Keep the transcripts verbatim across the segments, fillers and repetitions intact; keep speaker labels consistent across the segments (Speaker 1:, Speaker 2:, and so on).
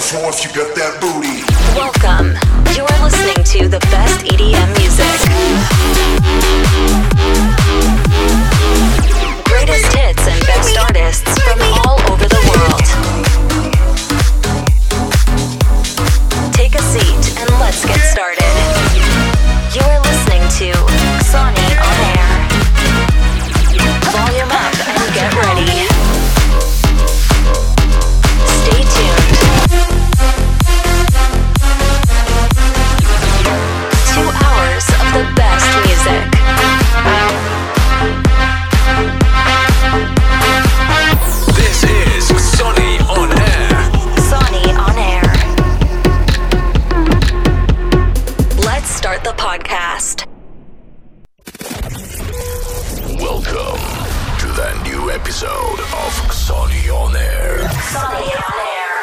Speaker 1: for if you got that booty.
Speaker 2: Welcome. You're listening to the best E D M music. Greatest hits and best artists from all over the world. Take a seat and let's get started. You are listening to Xoni On Air. Volume up and get ready. Stay tuned. Two hours of the best music.
Speaker 3: This is Xoni On Air.
Speaker 2: Xoni On Air. Let's start the podcast.
Speaker 3: Welcome to the new episode of Xoni On Air.
Speaker 2: Xoni On Air.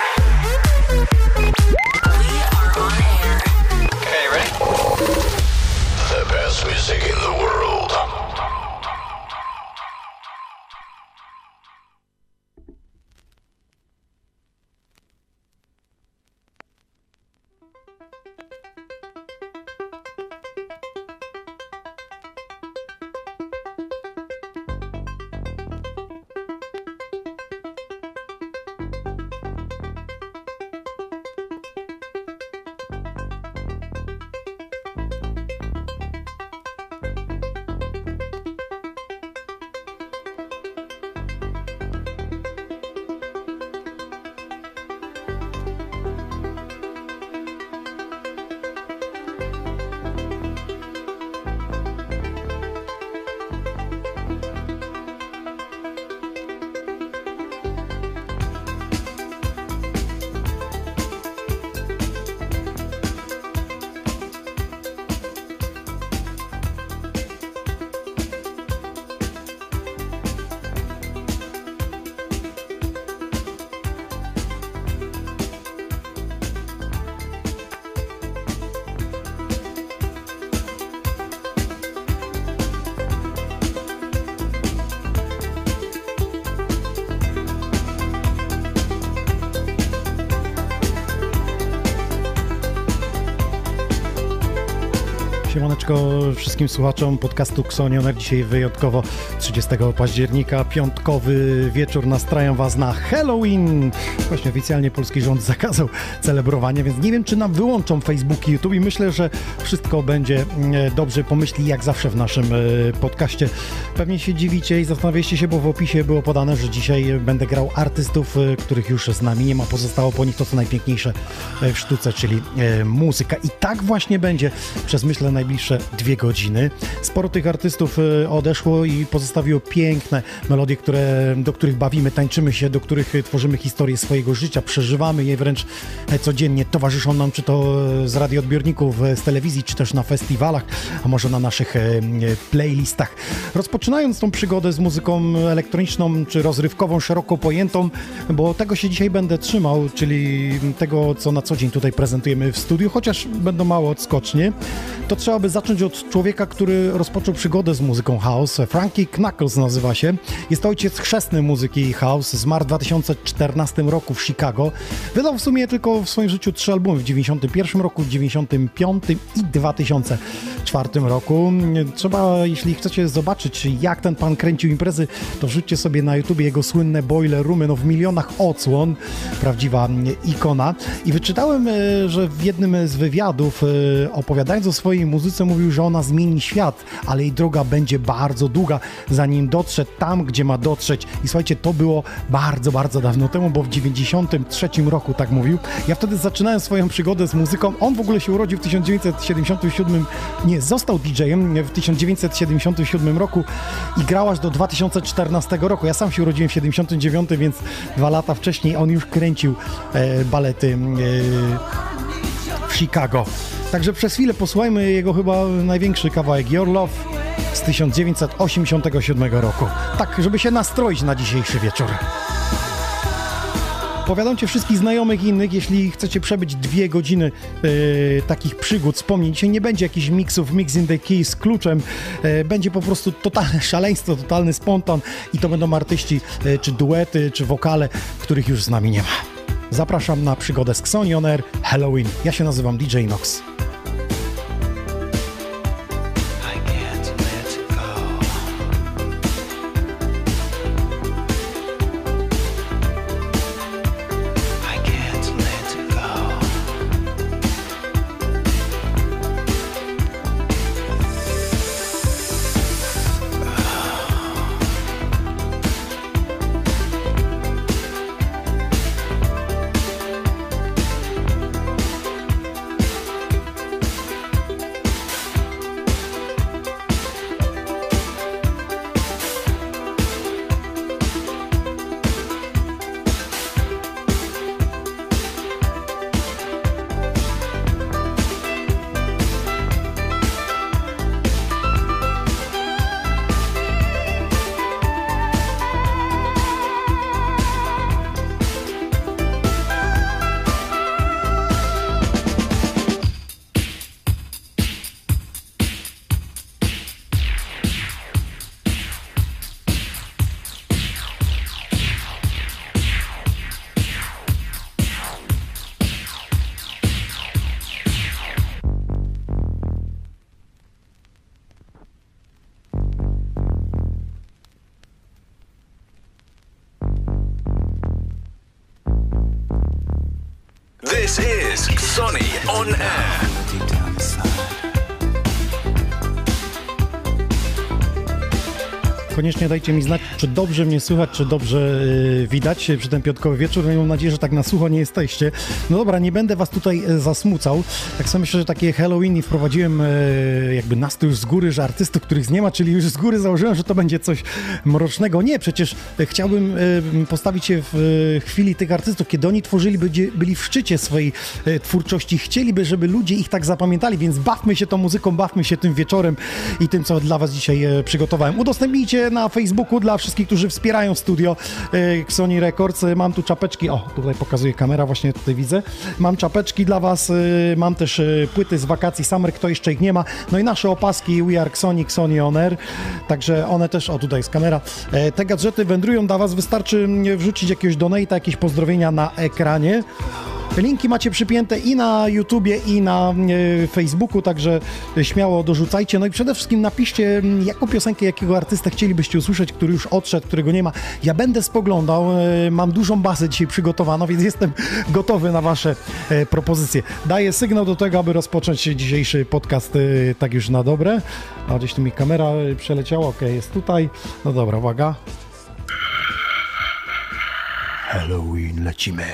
Speaker 2: We are on air.
Speaker 3: Okay, ready? The best music in the world.
Speaker 4: Siemaneczko wszystkim słuchaczom podcastu Xoni On Air. Dzisiaj wyjątkowo trzydziestego października, piątkowy wieczór, nastrajam was na Halloween. Właśnie oficjalnie polski rząd zakazał celebrowania, więc nie wiem, czy nam wyłączą Facebook i YouTube i myślę, że wszystko będzie dobrze. Pomyśli jak zawsze w naszym podcaście. Pewnie się dziwicie i zastanawiacie się, bo w opisie było podane, że dzisiaj będę grał artystów, których już z nami nie ma. Pozostało po nich to, co najpiękniejsze w sztuce, czyli muzyka. I tak właśnie będzie przez, myślę, najbliższe dwie godziny. Sporo tych artystów odeszło i pozostawiło piękne melodie, które, do których bawimy, tańczymy się, do których tworzymy historię swojego życia, przeżywamy je wręcz codziennie. Towarzyszą nam czy to z radioodbiorników, z telewizji, czy też na festiwalach, a może na naszych playlistach. Rozpoczynając tą przygodę z muzyką elektroniczną czy rozrywkową, szeroko pojętą, bo tego się dzisiaj będę trzymał, czyli tego, co na co dzień tutaj prezentujemy w studiu, chociaż będą mało odskocznie, to trzeba by zacząć od człowieka, który rozpoczął przygodę z muzyką house. Frankie Knuckles nazywa się. Jest to ojciec chrzestny muzyki house. Zmarł w dwa tysiące czternastym roku w Chicago. Wydał w sumie tylko w swoim życiu trzy albumy. W dziewięćdziesiątym pierwszym roku, w dziewięćdziesiątym piątym i dwa tysiące czwartym roku. Trzeba, jeśli chcecie zobaczyć, jak ten pan kręcił imprezy, to wrzućcie sobie na YouTubie jego słynne Boiler Roomy, no w milionach odsłon. Prawdziwa ikona. I wyczytałem, że w jednym z wywiadów, opowiadając o swojej muzyce, mówił, że ona zmieni świat, ale jej droga będzie bardzo długa, zanim dotrze tam, gdzie ma dotrzeć. I słuchajcie, to było bardzo, bardzo dawno temu, bo w dziewięćdziesiątym trzecim roku tak mówił. Ja wtedy zaczynałem swoją przygodę z muzyką. On w ogóle się urodził w tysiąc dziewięćset siedemdziesiątym siódmym, nie, został didżejem w tysiąc dziewięćset siedemdziesiątym siódmym roku i grał aż do dwa tysiące czternastego roku. Ja sam się urodziłem w siedemdziesiątym dziewiątym, więc dwa lata wcześniej on już kręcił e, balety e, w Chicago. Także przez chwilę posłuchajmy jego chyba największy kawałek Your Love z tysiąc dziewięćset osiemdziesiątego siódmego roku. Tak, żeby się nastroić na dzisiejszy wieczór. Powiadam cię wszystkich znajomych i innych, jeśli chcecie przebyć dwie godziny yy, takich przygód, wspomnień. Dzisiaj nie będzie jakichś miksów, mix in the key z kluczem. Yy, będzie po prostu totalne szaleństwo, totalny spontan i to będą artyści, yy, czy duety, czy wokale, których już z nami nie ma. zapraszam na przygodę z Xoni On Air Halloween. Ja się nazywam D J Nox.
Speaker 3: This is Xoni On Air.
Speaker 4: Koniecznie dajcie mi znać, czy dobrze mnie słychać, czy dobrze yy, widać przy ten piątkowy wieczór. Mam nadzieję, że tak na sucho nie jesteście. No dobra, nie będę was tutaj yy, zasmucał. Tak sobie myślę, że takie Halloween i wprowadziłem yy, jakby nastrój już z góry, że artystów, których nie ma, czyli już z góry założyłem, że to będzie coś mrocznego. Nie, przecież yy, chciałbym yy, postawić się w yy, chwili tych artystów, kiedy oni tworzyli, byli, byli w szczycie swojej yy, twórczości. Chcieliby, żeby ludzie ich tak zapamiętali, więc bawmy się tą muzyką, bawmy się tym wieczorem i tym, co dla was dzisiaj yy, przygotowałem. Udostępnijcie na Facebooku dla wszystkich, którzy wspierają studio y, Xoni Records. Mam tu czapeczki, o, tutaj pokazuje kamera, właśnie tutaj widzę. Mam czapeczki dla was, y, mam też y, płyty z wakacji Summer, kto jeszcze ich nie ma. No i nasze opaski We Are Xoni, Xoni On Air. Także one też, o tutaj jest kamera. E, te gadżety wędrują dla was, wystarczy wrzucić jakiegoś donate'a, jakieś pozdrowienia na ekranie. Linki macie przypięte i na YouTubie, i na e, Facebooku, także śmiało dorzucajcie. No i przede wszystkim napiszcie, jaką piosenkę, jakiego artystę chcielibyście usłyszeć, który już odszedł, którego nie ma. Ja będę spoglądał, e, mam dużą bazę dzisiaj przygotowaną, więc jestem gotowy na wasze e, propozycje. Daję sygnał do tego, aby rozpocząć dzisiejszy podcast e, tak już na dobre. A gdzieś tu mi kamera przeleciała, ok, jest tutaj. No dobra, uwaga. Halloween, lecimy.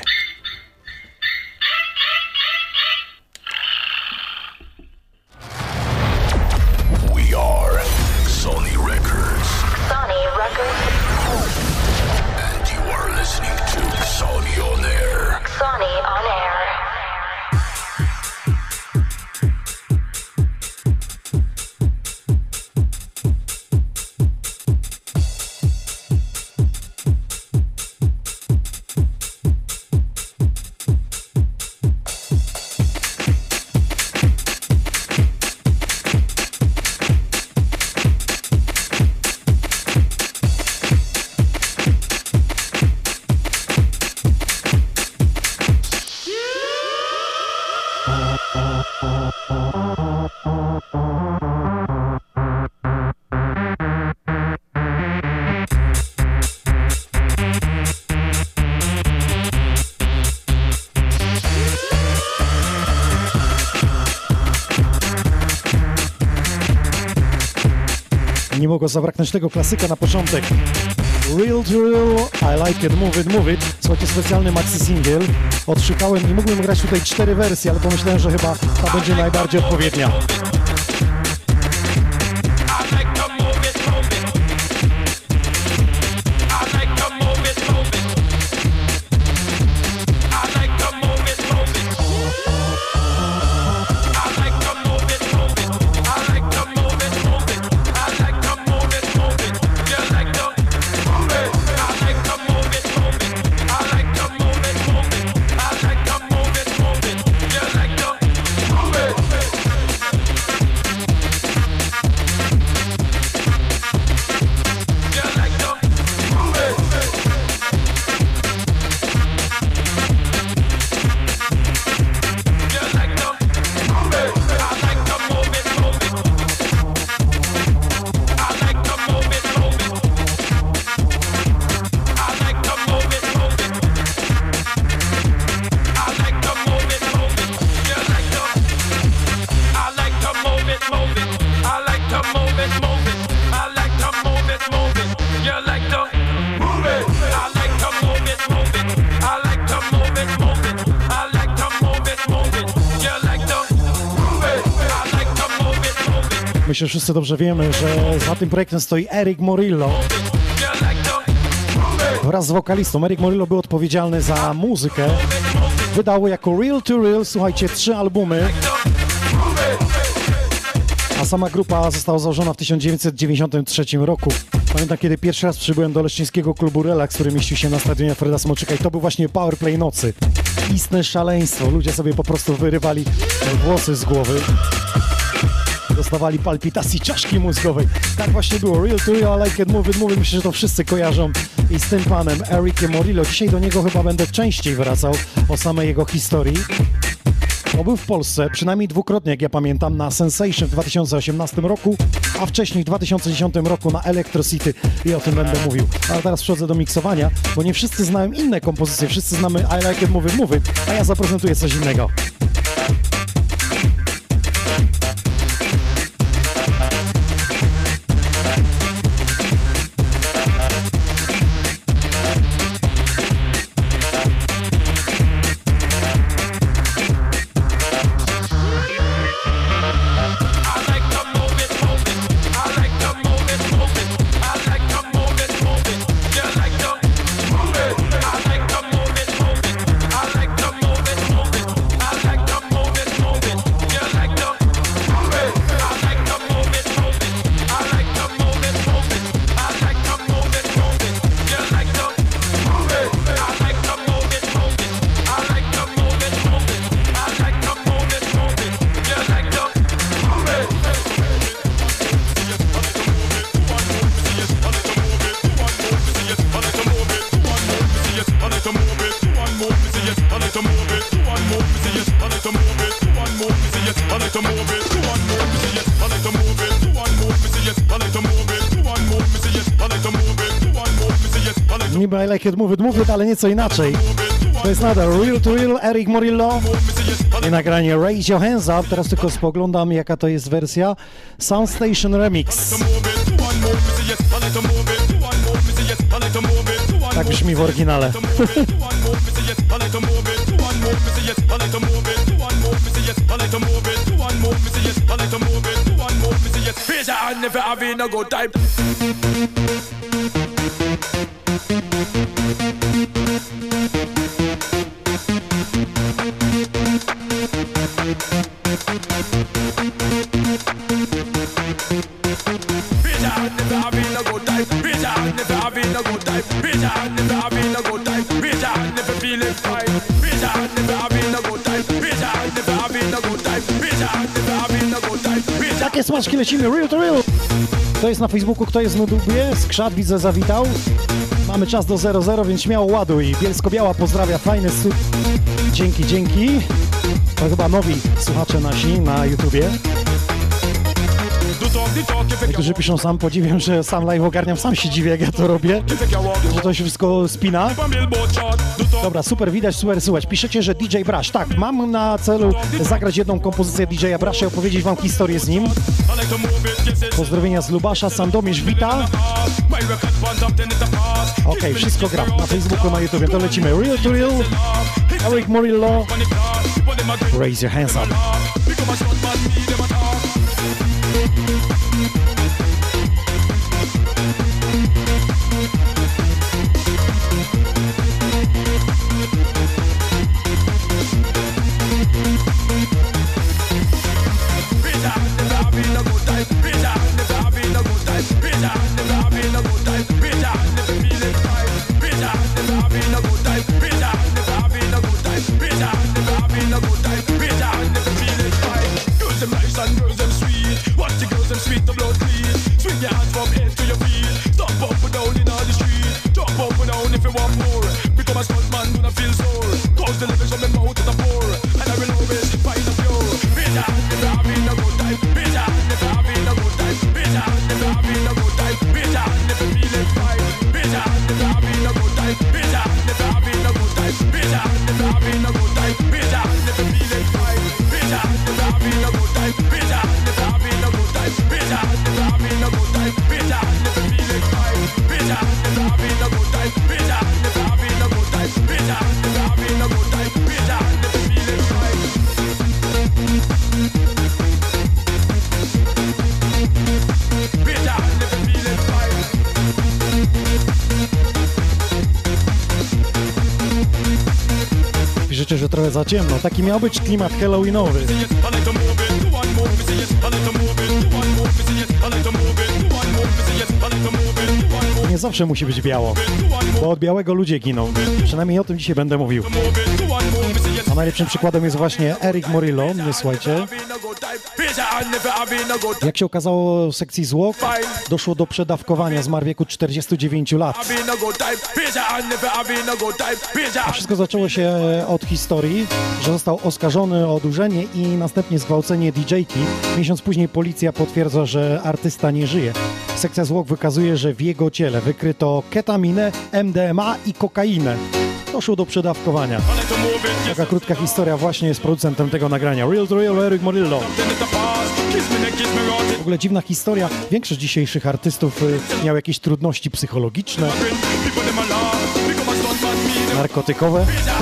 Speaker 4: Nie mogło zabraknąć tego klasyka na początek. Real to real, I like it, move it, move it. Słuchajcie, specjalny maxi single. Odszukałem i mógłbym grać tutaj cztery wersje, ale pomyślałem, że chyba ta będzie najbardziej odpowiednia. Myślę, że wszyscy dobrze wiemy, że za tym projektem stoi Eric Morillo. Wraz z wokalistą. Eric Morillo był odpowiedzialny za muzykę. Wydał jako Real to Real, słuchajcie, trzy albumy. A sama grupa została założona w tysiąc dziewięćset dziewięćdziesiątym trzecim roku. Pamiętam, kiedy pierwszy raz przybyłem do leszczyńskiego klubu Relax, który mieścił się na stadionie Freda Smoczyka, i to był właśnie Powerplay nocy. Istne szaleństwo. Ludzie sobie po prostu wyrywali włosy z głowy. Dostawali palpitacji czaszki mózgowej. Tak właśnie było. Real to Real, I Like It, Move It, Move It. Myślę, że to wszyscy kojarzą. I z tym panem, Ericiem Morillo. Dzisiaj do niego chyba będę częściej wracał o samej jego historii. On był w Polsce przynajmniej dwukrotnie, jak ja pamiętam, na Sensation w dwa tysiące osiemnastym roku, a wcześniej w dwa tysiące dziesiątym roku na Electrocity i o tym będę mówił. Ale teraz przechodzę do miksowania, bo nie wszyscy znają inne kompozycje. Wszyscy znamy I Like It, Move It, Move It, a ja zaprezentuję coś innego. I Like It, Move It, Move It, ale nieco inaczej. To jest nadal Real to Real, Eric Morillo i nagranie Raise Your Hands Up. Teraz tylko spoglądam, jaka to jest wersja. Soundstation Remix. Tak brzmi w oryginale. Takie smaczki lecimy, Real to Real. To jest na Facebooku, kto jest na YouTubie, Skrzat widzę zawitał. Mamy czas do zero zero, więc śmiało ładuj. Bielsko-Biała pozdrawia, fajny stud. Dzięki, dzięki. To chyba nowi słuchacze nasi na YouTubie. Niektórzy piszą, sam podziwiam, że sam live ogarniam, sam się dziwię, jak ja to robię, że to się wszystko spina. Dobra, super widać, super słuchać. Piszecie, że D J Brush. Tak, mam na celu zagrać jedną kompozycję D J Brusha i opowiedzieć wam historię z nim. Pozdrowienia z Lubasza, Sandomierz wita. Okej, okay, wszystko gra na Facebooku, na YouTubie, to lecimy. Real to Real, Eric Morillo, Raise Your Hands Up. że trochę za ciemno. Taki miał być klimat halloweenowy. Nie zawsze musi być biało, bo od białego ludzie giną. Przynajmniej o tym dzisiaj będę mówił. A najlepszym przykładem jest właśnie Eric Morillo. Słuchajcie. Jak się okazało w sekcji zwłok, doszło do przedawkowania. Zmarł w wieku czterdziestu dziewięciu lat. A wszystko zaczęło się od historii, że został oskarżony o odurzenie i następnie zgwałcenie didżejki. Miesiąc później policja potwierdza, że artysta nie żyje. Sekcja zwłok wykazuje, że w jego ciele wykryto ketaminę, M D M A i kokainę. Doszło do przedawkowania. Taka krótka historia właśnie jest producentem tego nagrania. Real to Real, Eric Morillo. W ogóle dziwna historia. Większość dzisiejszych artystów miał jakieś trudności psychologiczne, narkotykowe.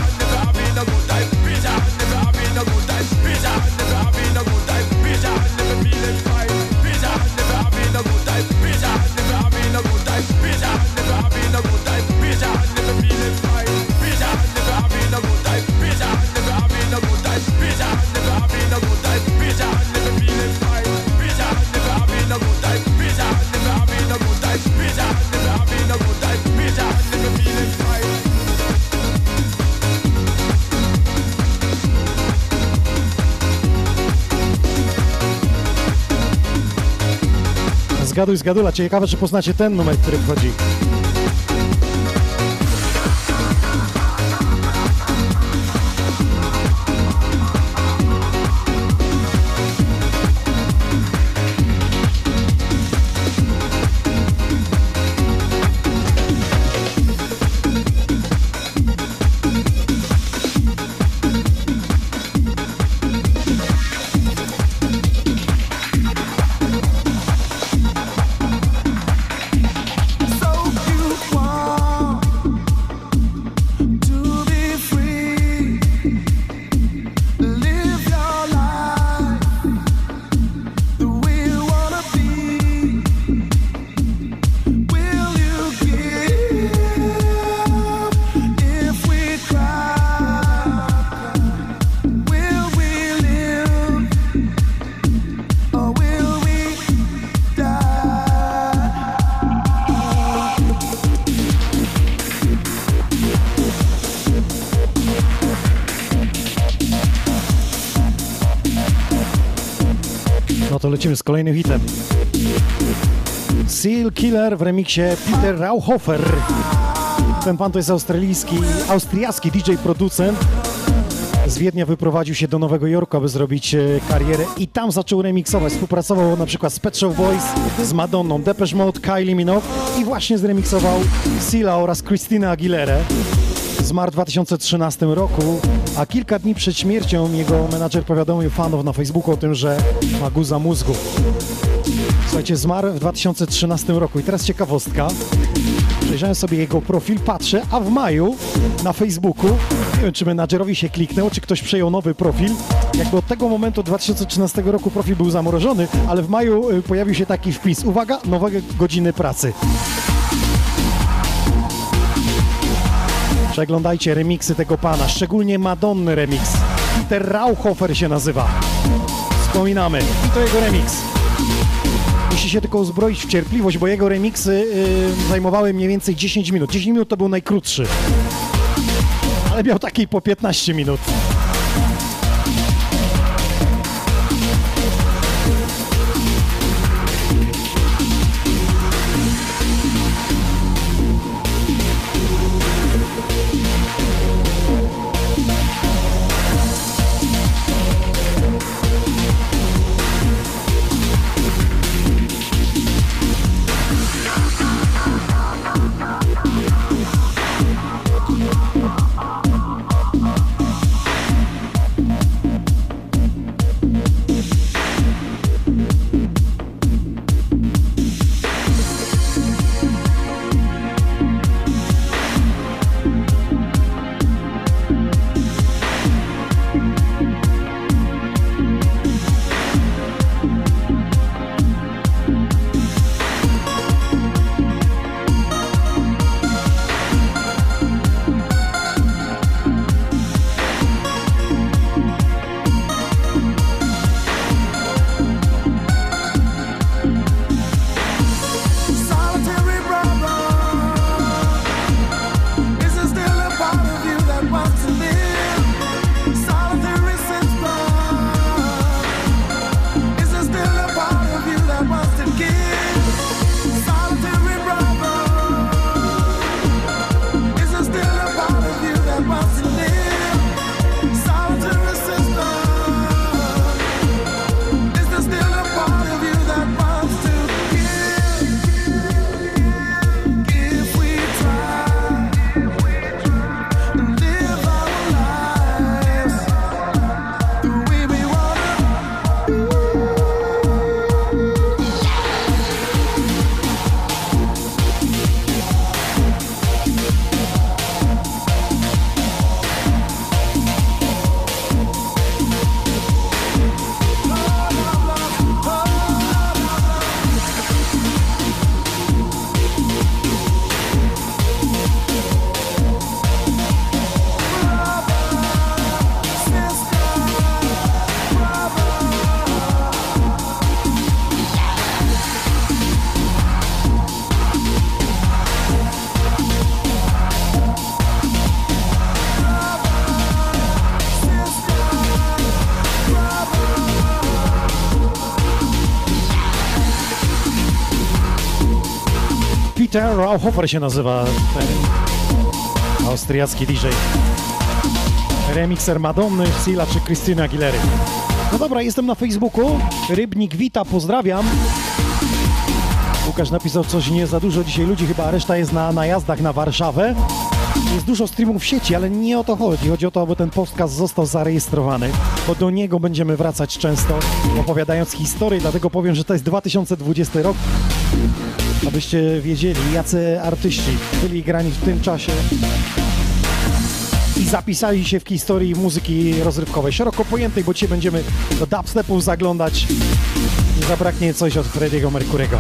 Speaker 4: Zgaduj, zgadula. Ciekawe, czy poznacie ten numer, który wchodzi. No to lecimy z kolejnym hitem. Seal Killer w remiksie Peter Rauhofer. Ten pan to jest australijski, austriacki D J producent. Z Wiednia wyprowadził się do Nowego Jorku, aby zrobić karierę i tam zaczął remiksować. Współpracował na przykład z Pet Shop Boys, z Madonną, Depeche Mode, Kylie Minogue i właśnie zremiksował Seala oraz Christina Aguilera. Zmarł w dwa tysiące trzynastym roku, a kilka dni przed śmiercią jego menadżer powiadomił fanów na Facebooku o tym, że ma guza mózgu. Słuchajcie, zmarł w dwa tysiące trzynastym roku i teraz ciekawostka. Przejrzałem sobie jego profil, patrzę, a w maju na Facebooku, nie wiem, czy menadżerowi się kliknęło, czy ktoś przejął nowy profil. Jakby od tego momentu dwa tysiące trzynastego roku profil był zamrożony, ale w maju pojawił się taki wpis. Uwaga, nowe godziny pracy. Przeglądajcie remiksy tego pana, szczególnie Madonny remix. Peter Rauhofer się nazywa. Wspominamy. I to jego remix. Musi się tylko uzbroić w cierpliwość, bo jego remiksy yy, zajmowały mniej więcej dziesięć minut. dziesięć minut to był najkrótszy. Ale miał takiej po piętnaście minut. Dieter Rauchhofer się nazywa ten austriacki D J. Remixer Madonny, Sila czy Krystyny Aguilery. No dobra, jestem na Facebooku. Rybnik wita, pozdrawiam. Łukasz napisał coś nie za dużo dzisiaj ludzi, chyba reszta jest na najazdach na Warszawę. Jest dużo streamów w sieci, ale nie o to chodzi. Chodzi o to, aby ten podcast został zarejestrowany, bo do niego będziemy wracać często, opowiadając historię, dlatego powiem, że to jest dwa tysiące dwudziesty rok. Abyście wiedzieli, jacy artyści byli grani w tym czasie i zapisali się w historii muzyki rozrywkowej, szeroko pojętej, bo dzisiaj będziemy do dubstepów zaglądać. Nie zabraknie coś od Freddie'ego Mercury'ego.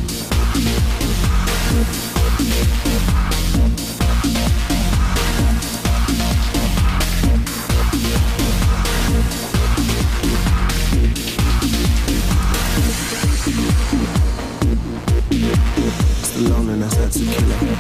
Speaker 1: Loneliness, that's a killer.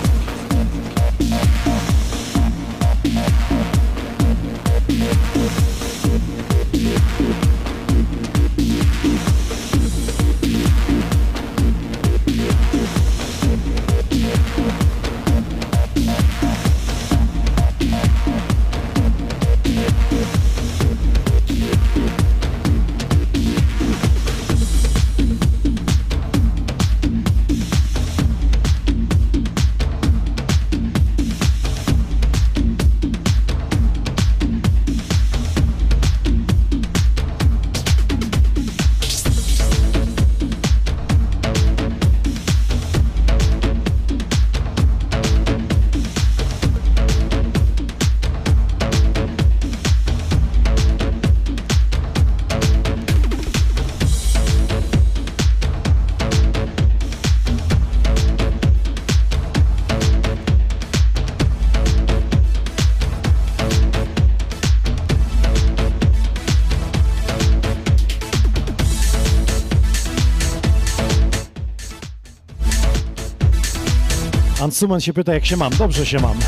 Speaker 4: Suman się pyta, jak się mam. Dobrze się mam.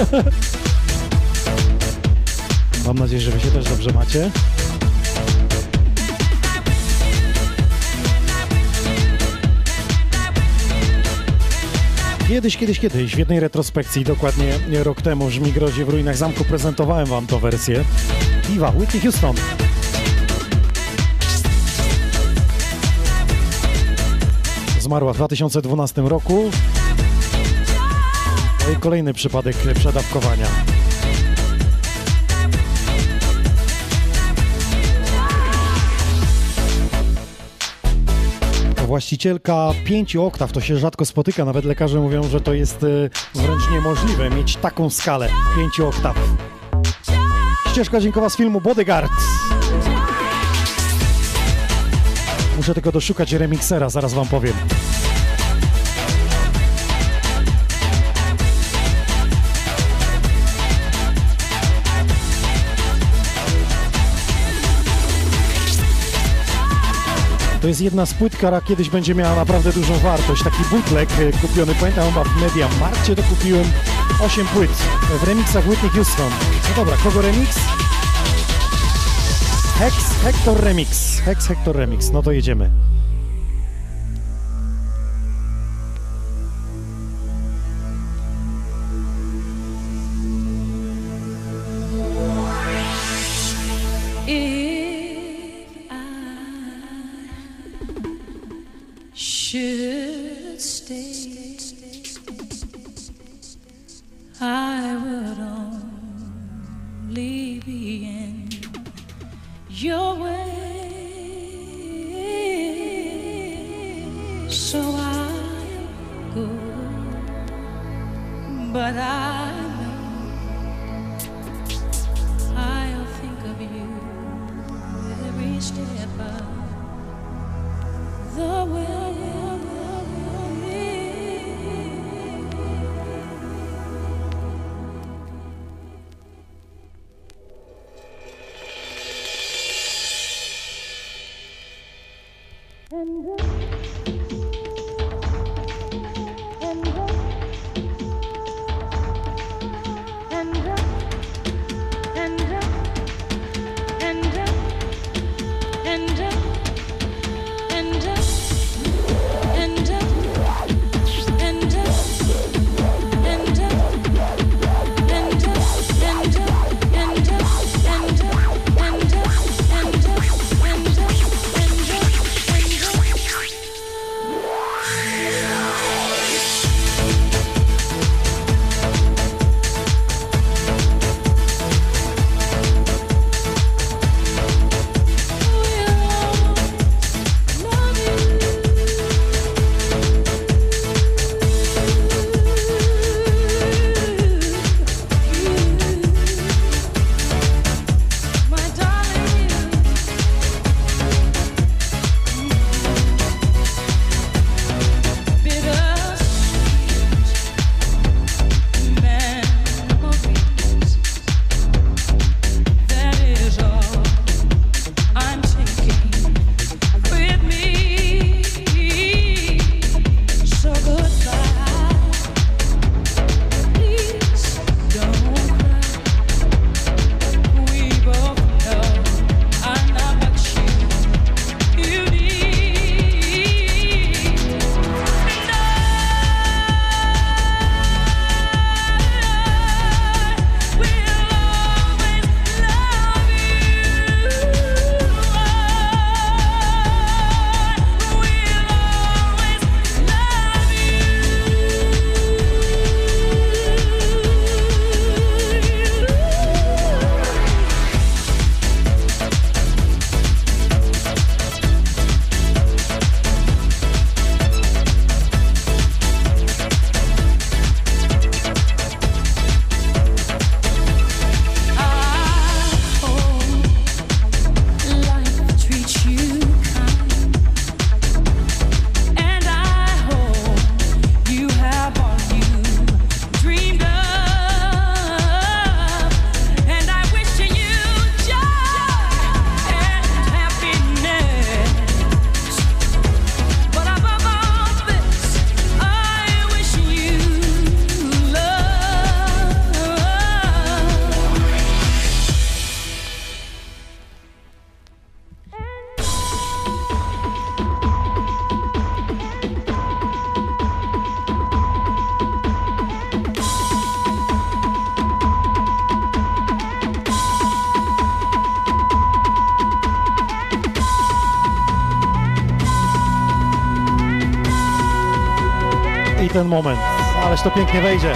Speaker 4: Mam nadzieję, że wy się też dobrze macie. Kiedyś, kiedyś, kiedyś w jednej retrospekcji, dokładnie rok temu, w Żmigrodzie w ruinach zamku, prezentowałem wam tą wersję. Diva, Whitney Houston. Zmarła w dwa tysiące dwunastym roku. No i kolejny przypadek przedawkowania. Właścicielka pięciu oktaw, to się rzadko spotyka, nawet lekarze mówią, że to jest wręcz niemożliwe mieć taką skalę pięciu oktaw. Ścieżka dźwiękowa z filmu Bodyguard. Muszę tylko doszukać remixera, zaraz wam powiem. To jest jedna z płyt, która kiedyś będzie miała naprawdę dużą wartość. Taki bootleg kupiony, pamiętam, chyba w Mediamarkcie to kupiłem. osiem płyt w remixach Whitney Houston. No dobra, kogo remix? Hex Hector Remix. Hex Hector Remix. No to jedziemy.
Speaker 5: Should stay, I would only be in your way, so I'll go, but I know I'll think of you every step of the way. And
Speaker 4: ten moment. Ależ to pięknie wejdzie.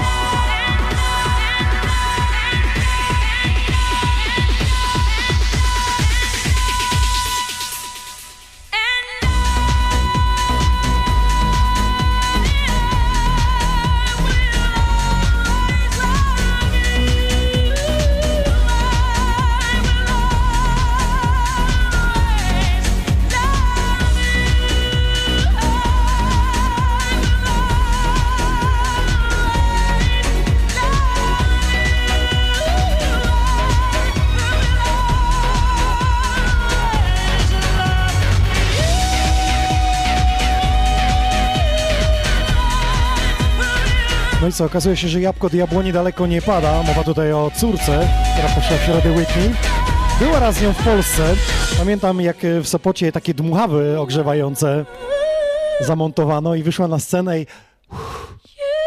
Speaker 4: No i co, okazuje się, że jabłko od jabłoni daleko nie pada. Mowa tutaj o córce, która poszła w środę Whitney. Była raz z nią w Polsce. Pamiętam, jak w Sopocie takie dmuchawy ogrzewające zamontowano i wyszła na scenę i uff,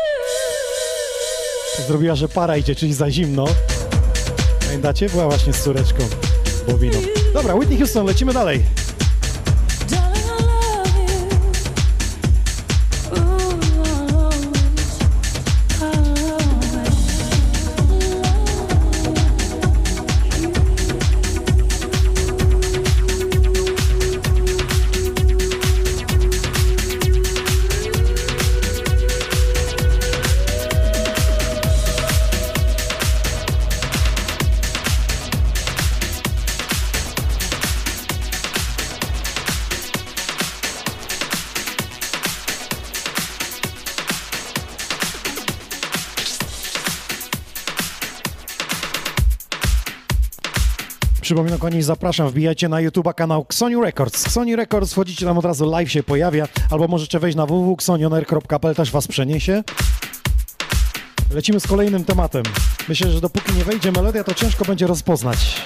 Speaker 4: zrobiła, że para idzie, czyli za zimno. Pamiętacie? Była właśnie z córeczką Bobiną. Dobra, Whitney Houston, lecimy dalej. Przypominam, kochani, zapraszam, wbijajcie na YouTube'a kanał Xoniu Records. Xoniu Records, wchodzicie tam od razu, live się pojawia, albo możecie wejść na w w w kropka xonioner kropka p l, też was przeniesie. Lecimy z kolejnym tematem. Myślę, że dopóki nie wejdzie melodia, to ciężko będzie rozpoznać.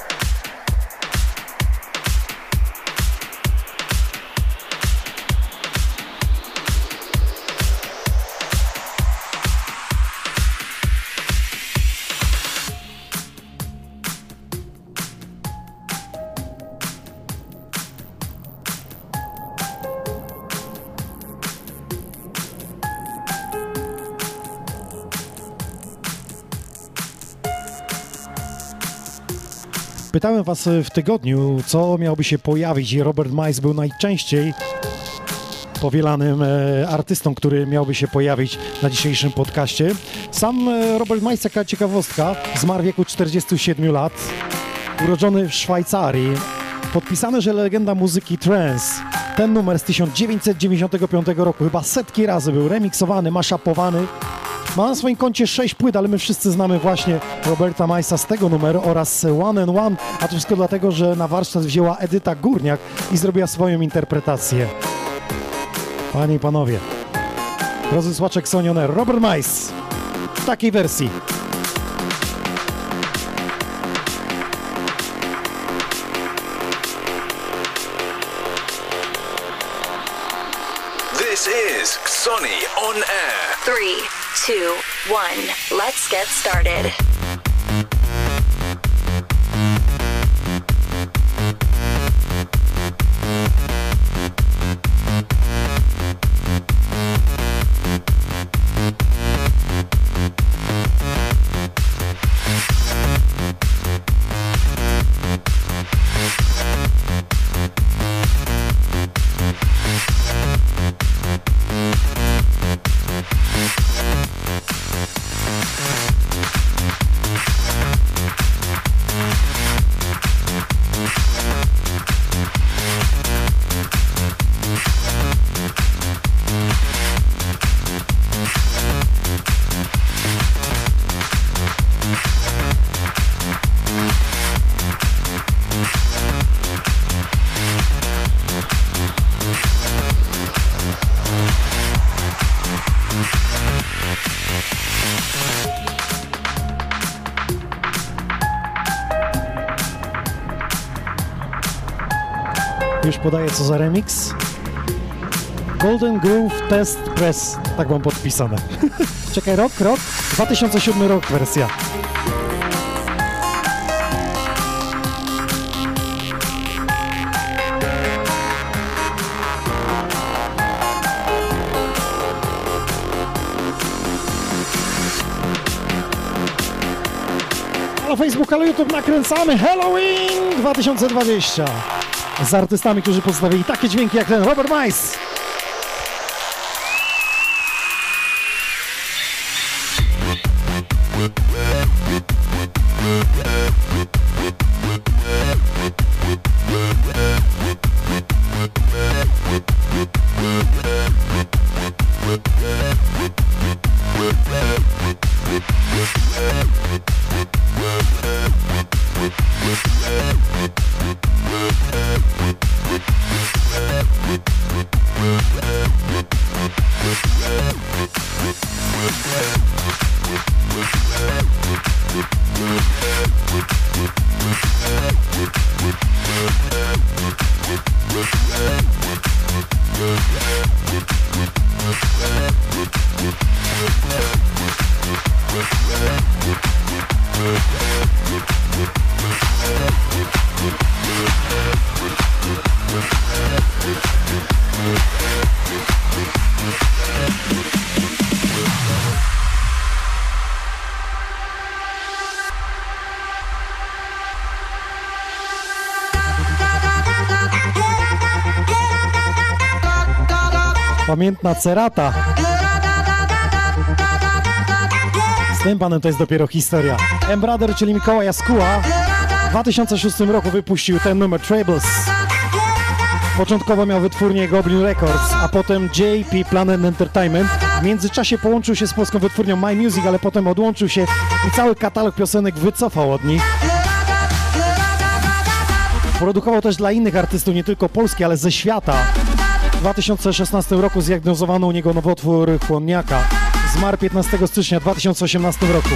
Speaker 4: Pytałem was w tygodniu, co miałoby się pojawić i Robert Miles był najczęściej powielanym e, artystą, który miałby się pojawić na dzisiejszym podcaście. Sam e, Robert Miles, taka ciekawostka, zmarł w wieku czterdziestu siedmiu lat, urodzony w Szwajcarii. Podpisane, że legenda muzyki trance. Ten numer z tysiąc dziewięćset dziewięćdziesiątego piątego roku chyba setki razy był remiksowany, maszapowany. Ma na swoim koncie sześć płyt, ale my wszyscy znamy właśnie Roberta Milesa z tego numeru oraz One and One, a to wszystko dlatego, że na warsztat wzięła Edyta Górniak i zrobiła swoją interpretację. Panie i panowie, drodzy słuchacze Xonioner, Robert Miles w takiej wersji.
Speaker 3: This is Xoni on Air.
Speaker 2: Three, two, one, let's get started.
Speaker 4: Już podaję, co za remix. Golden Groove Test Press, tak mam podpisane. Czekaj, rok, rok? dwa tysiące siódmy rok wersja. Facebook, ale YouTube nakręcamy Halloween dwa tysiące dwadzieścia z artystami, którzy pozostawili takie dźwięki jak ten Robert Mice. Pamiętna Cerata. Z tym panem to jest dopiero historia. M-Brother, czyli Mikołaj Jaskóła, w dwa tysiące szóstym roku wypuścił ten numer Troubles. Początkowo miał wytwórnię Goblin Records, a potem J P Planet Entertainment. W międzyczasie połączył się z polską wytwórnią My Music, ale potem odłączył się i cały katalog piosenek wycofał od nich. Produkował też dla innych artystów, nie tylko Polski, ale ze świata. W dwa tysiące szesnastym roku zdiagnozowano u niego nowotwór chłonniaka. Zmarł piętnastego stycznia dwa tysiące osiemnastym roku.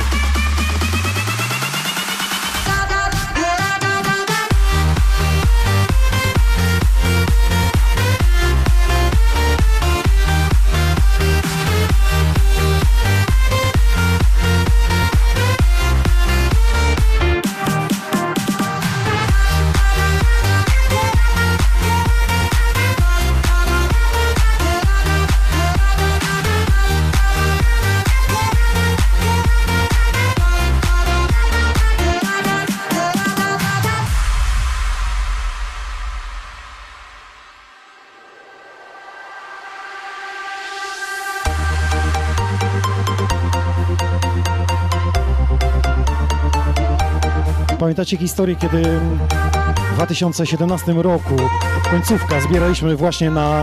Speaker 4: Pamiętacie historię, kiedy w dwa tysiące siedemnastym roku, końcówka, zbieraliśmy właśnie na,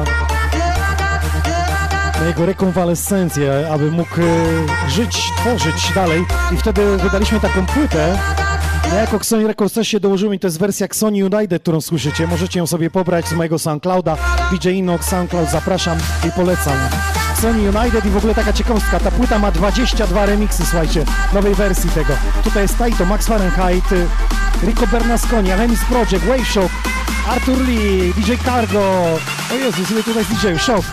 Speaker 4: na jego rekonwalescencję, aby mógł żyć, tworzyć dalej i wtedy wydaliśmy taką płytę. Ja jako Xoni Records też się dołożyłem i to jest wersja Xoni United, którą słyszycie. Możecie ją sobie pobrać z mojego SoundClouda. D J Inox, SoundCloud, zapraszam i polecam. Xoni United i w ogóle taka ciekawostka, ta płyta ma dwadzieścia dwa remiksy, słuchajcie, nowej wersji tego. Tutaj jest Taito, Max Fahrenheit, Rico Bernasconi, Alchemist Project, Wave Shop, Arthur Lee, D J Cargo. O Jezus, ile tutaj jest D J Shop.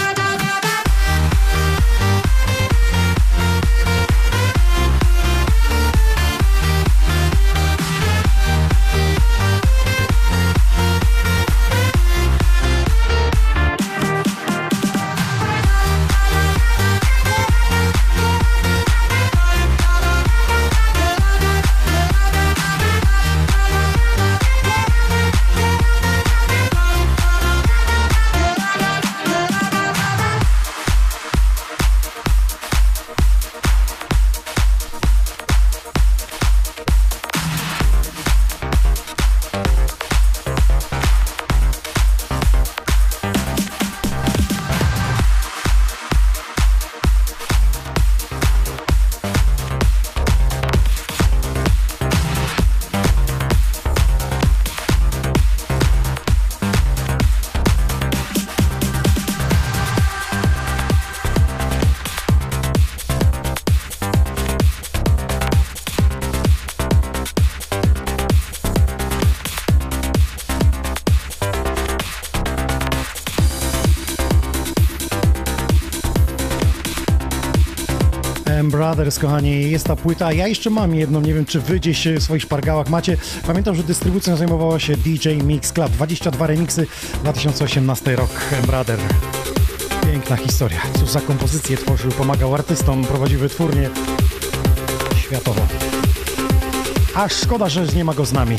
Speaker 4: Brothers, kochani, jest ta płyta. Ja jeszcze mam jedną, nie wiem, czy wy gdzieś w swoich szpargałach macie. Pamiętam, że dystrybucją zajmowała się D J Mix Club. dwadzieścia dwa remiksy, dwa tysiące osiemnasty rok, Brother. Piękna historia. Cóż za kompozycję tworzył, pomagał artystom, prowadził wytwórnię światową. Aż szkoda, że nie ma go z nami.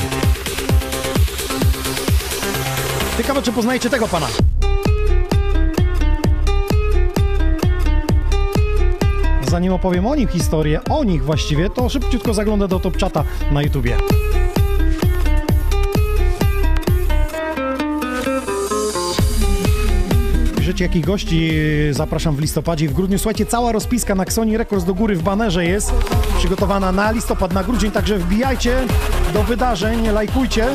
Speaker 4: Ciekawe, czy poznajecie tego pana. Zanim opowiem o nich historię, o nich właściwie, to szybciutko zaglądam do Top Chata na YouTubie. Piszecie, jakich gości zapraszam w listopadzie i w grudniu. Słuchajcie, cała rozpiska na Xoni Records do góry w banerze jest przygotowana na listopad, na grudzień, także wbijajcie do wydarzeń, lajkujcie.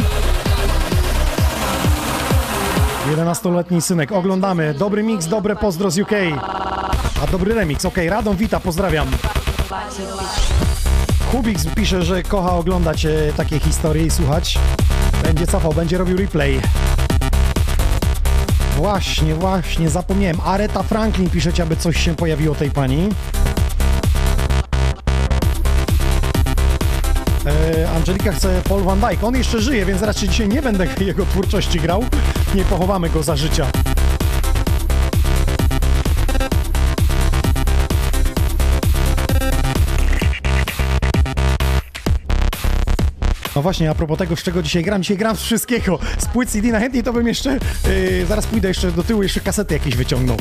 Speaker 4: jedenastoletni synek, oglądamy. Dobry mix, dobre pozdro z U K. A dobry remix, okej, okay. Radom wita, pozdrawiam. Kubix pisze, że kocha oglądać e, takie historie i słuchać. Będzie cofał, będzie robił replay. Właśnie, właśnie, zapomniałem. Aretha Franklin piszecie, aby coś się pojawiło tej pani. E, Angelika chce Paul Van Dyke. On jeszcze żyje, więc raczej dzisiaj nie będę jego twórczości grał. Nie pochowamy go za życia. No właśnie, a propos tego, z czego dzisiaj gram, dzisiaj gram z wszystkiego. Z płyt C D najchętniej to bym jeszcze, yy, zaraz pójdę jeszcze do tyłu, jeszcze kasety jakieś wyciągnął.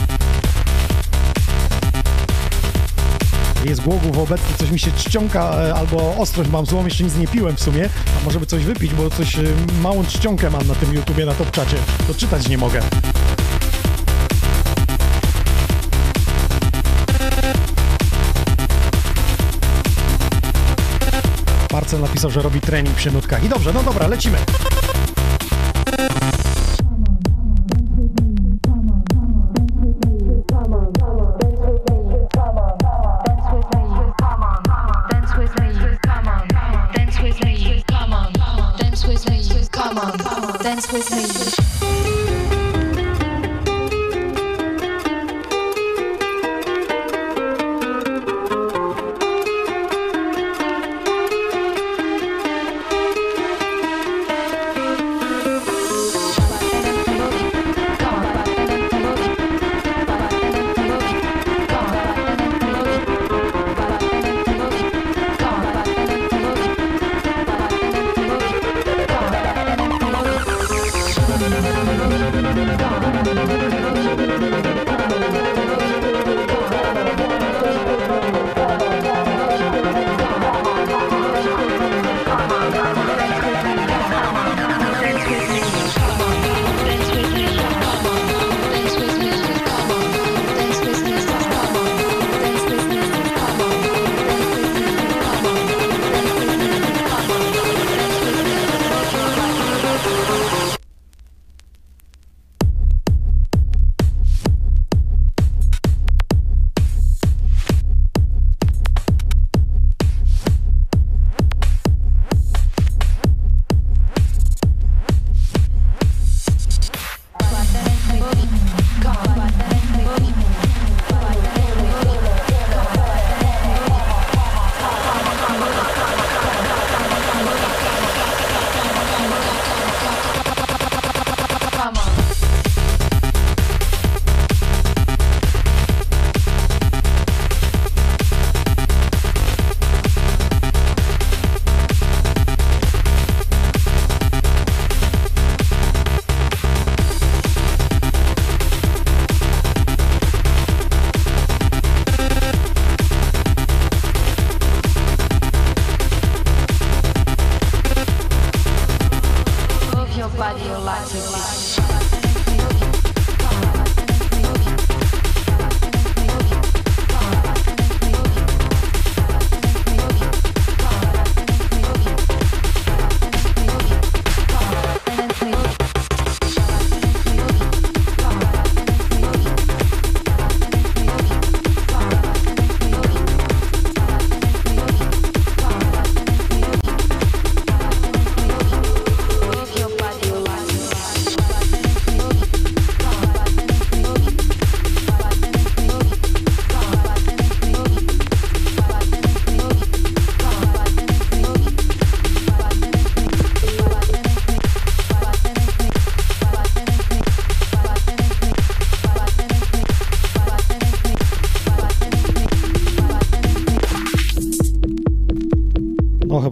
Speaker 4: Jest Głogów obecnie, coś mi się czcionka, yy, albo ostrość mam złą, jeszcze nic nie piłem w sumie, a może by coś wypić, bo coś, yy, małą czcionkę mam na tym YouTubie, na Top Chacie, to czytać nie mogę. Marcel napisał, że robi trening przy nutkach. I dobrze, no dobra, lecimy.
Speaker 5: Dance with me.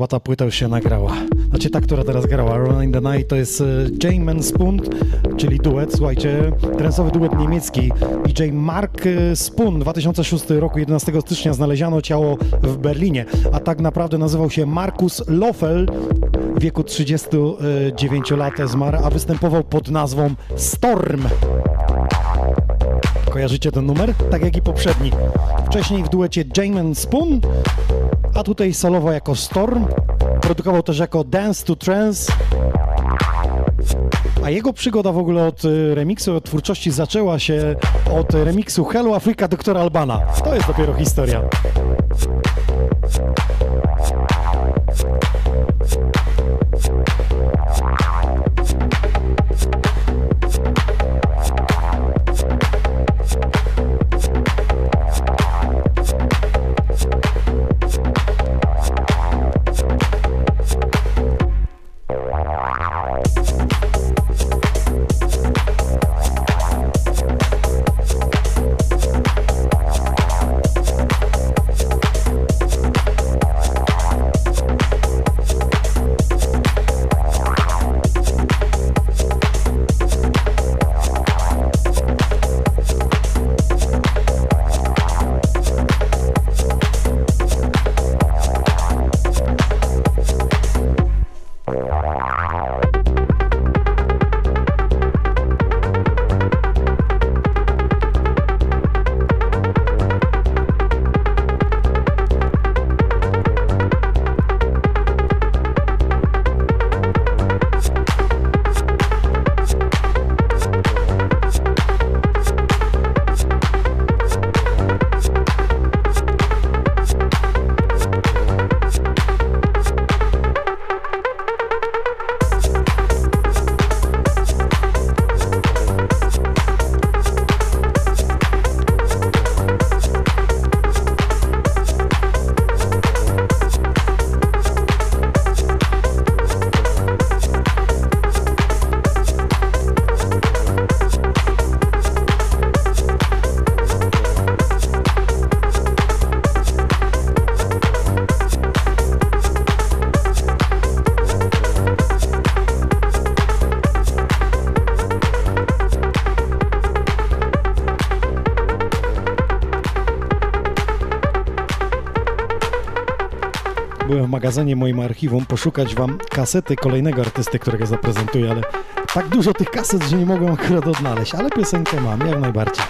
Speaker 4: ta płyta już się nagrała. Znaczy ta, która teraz grała, Rolling the Night, to jest Jayman Spoon, czyli duet, słuchajcie, trensowy duet niemiecki. D J Mark Spoon, dwa tysiące szósty roku, jedenastego stycznia znaleziono ciało w Berlinie, a tak naprawdę nazywał się Markus Löffel, w wieku trzydziestu dziewięciu lat zmarł, a występował pod nazwą Storm. Kojarzycie ten numer? Tak jak i poprzedni. Wcześniej w duecie Jayman Spoon, a tutaj solowo jako Storm. Produkował też jako Dance to Trance. A jego przygoda w ogóle od remiksu, od twórczości zaczęła się od remiksu Hello Africa doktora Albana. To jest dopiero historia. Byłem w magazynie moim archiwum poszukać wam kasety kolejnego artysty, którego zaprezentuję, ale tak dużo tych kaset, że nie mogłem akurat odnaleźć, ale piosenkę mam, jak najbardziej.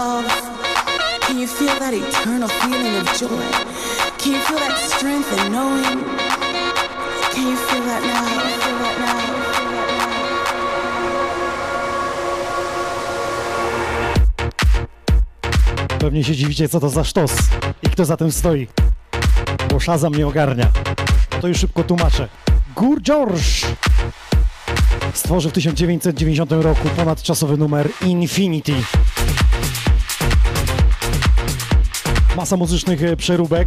Speaker 6: love? Can you feel that eternal feeling of joy? Can you feel that strength in knowing? Can you feel that now? Can you feel that now?
Speaker 4: Pewnie się dziwicie, co to za sztos i kto za tym stoi, bo Shazam mnie ogarnia. To już szybko tłumaczę. Gór George stworzył w tysiąc dziewięćset dziewięćdziesiątym roku ponadczasowy numer Infinity. Masa muzycznych przeróbek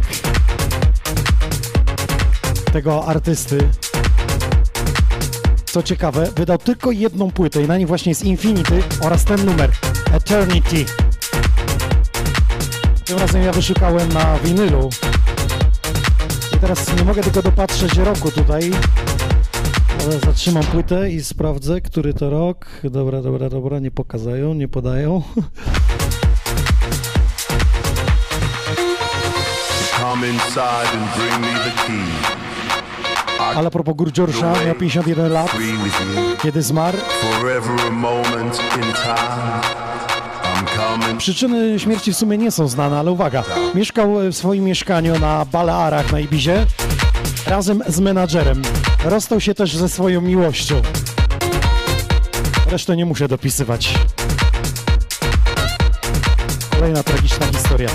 Speaker 4: tego artysty. Co ciekawe, wydał tylko jedną płytę i na niej właśnie jest Infinity oraz ten numer Eternity. Tym razem ja wyszukałem na winylu i teraz nie mogę tylko dopatrzeć roku tutaj, ale zatrzymam płytę i sprawdzę, który to rok. Dobra, dobra, dobra, nie pokazują, nie podają.
Speaker 3: Come inside and bring me the key.
Speaker 4: Ale a propos Gór George'a, miał pięćdziesiąt jeden lat, kiedy zmarł.
Speaker 3: Forever a moment in time.
Speaker 4: Przyczyny śmierci w sumie nie są znane, ale uwaga, mieszkał w swoim mieszkaniu na Balearach na Ibizie razem z menadżerem. Rozstał się też ze swoją miłością. Resztę nie muszę dopisywać. Kolejna tragiczna historia.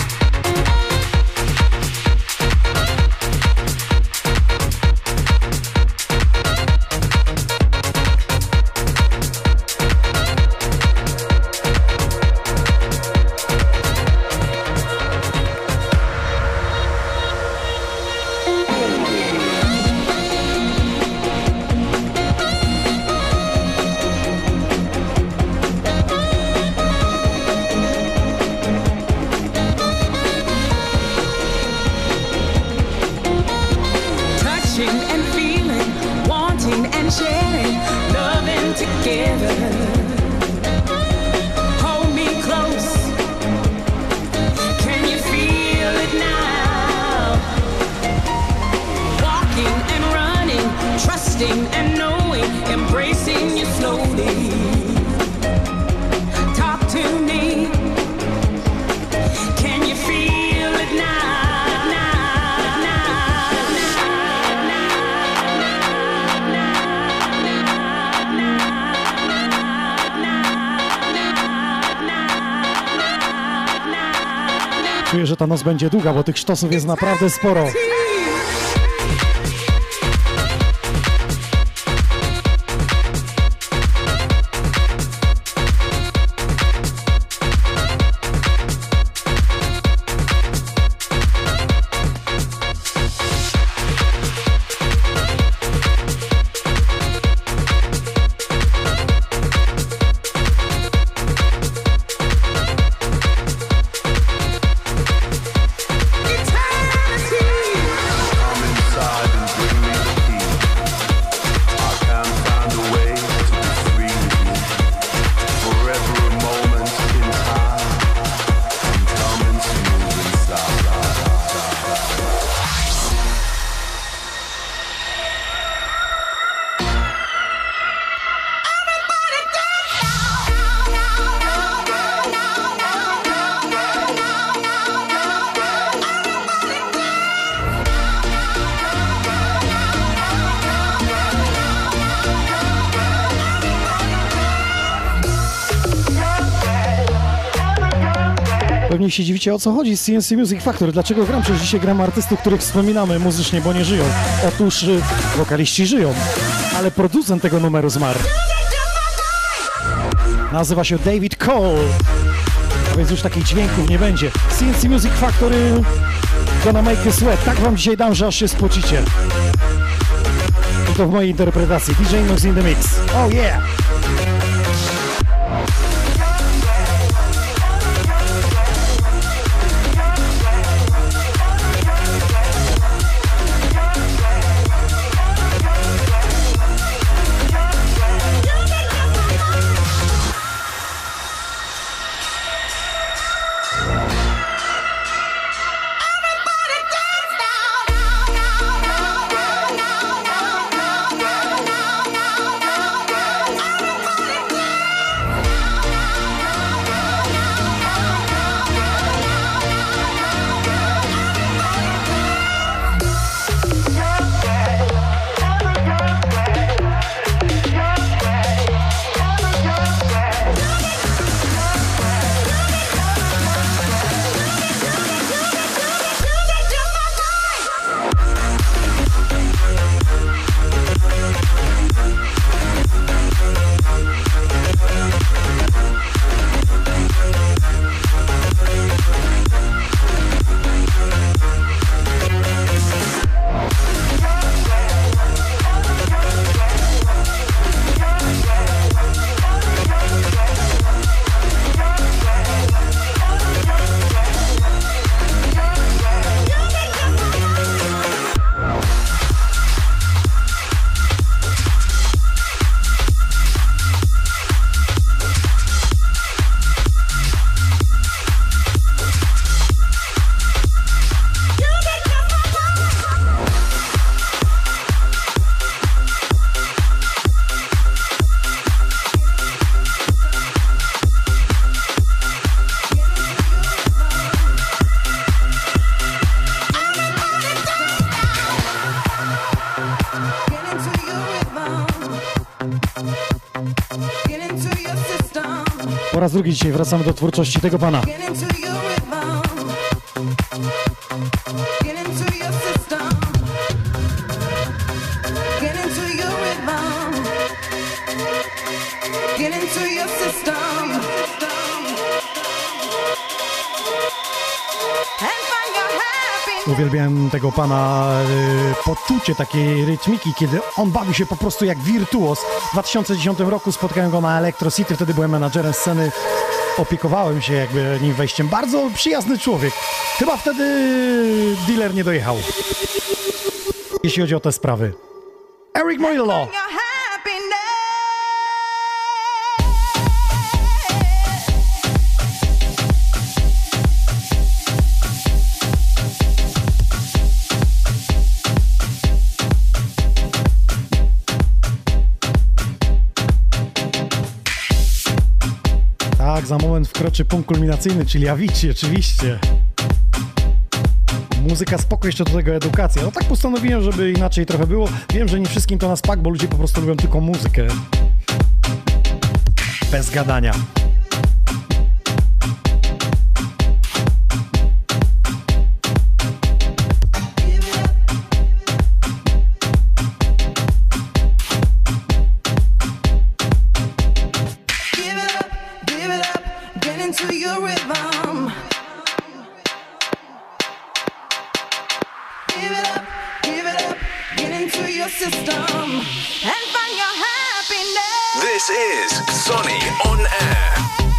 Speaker 4: Czuję, że ta noc będzie długa, bo tych sztosów jest naprawdę sporo. Pewnie się dziwicie, o co chodzi z C N C Music Factory. Dlaczego gram? Przecież dzisiaj gram artystów, których wspominamy muzycznie, bo nie żyją. Otóż y, wokaliści żyją, ale producent tego numeru zmarł. Nazywa się David Cole, a więc już takich dźwięków nie będzie. C N C Music Factory gonna make you sweat. Tak wam dzisiaj dam, że aż się spocicie. I to w mojej interpretacji. D J Nox in the mix. Oh yeah!
Speaker 6: Everybody
Speaker 4: raz drugi dzisiaj wracamy do twórczości tego pana. Uwielbiałem tego pana y, poczucie takiej rytmiki, kiedy on bawi się po prostu jak wirtuos. W dwa tysiące dziesiątym roku spotkałem go na Electro City, wtedy byłem menadżerem sceny, opiekowałem się jakby nim wejściem. Bardzo przyjazny człowiek. Chyba wtedy dealer nie dojechał, jeśli chodzi o te sprawy. Eric Morillo. Tak, za moment wkroczy punkt kulminacyjny, czyli Avicii, oczywiście. Muzyka spoko, jeszcze do tego edukacja. No tak postanowiłem, żeby inaczej trochę było. Wiem, że nie wszystkim to na spak, bo ludzie po prostu lubią tylko muzykę. Bez gadania.
Speaker 3: This is Xoni on Air.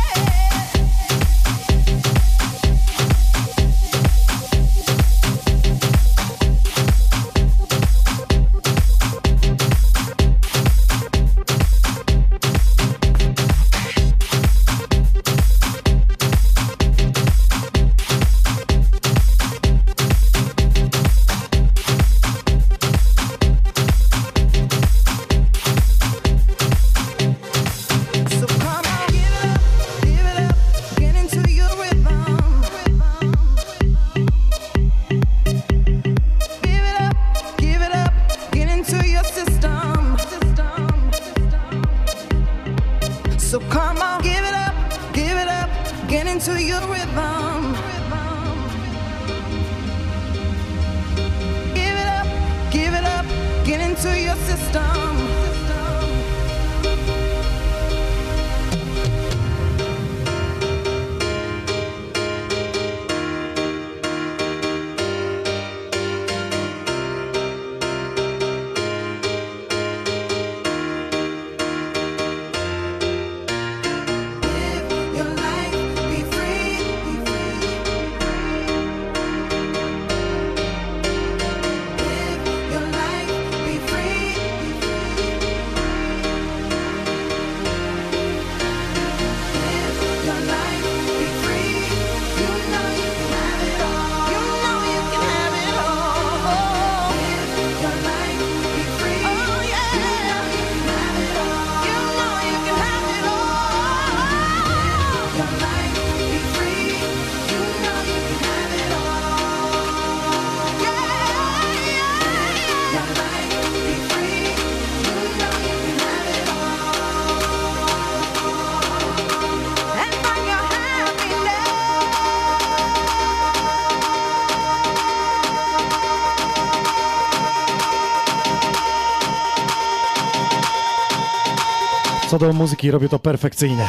Speaker 4: Co do muzyki, robię to perfekcyjnie.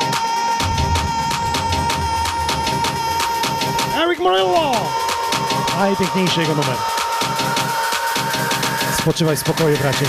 Speaker 4: Eric Morillo! Najpiękniejszy jego numer. Spoczywaj w spokoju, bracie.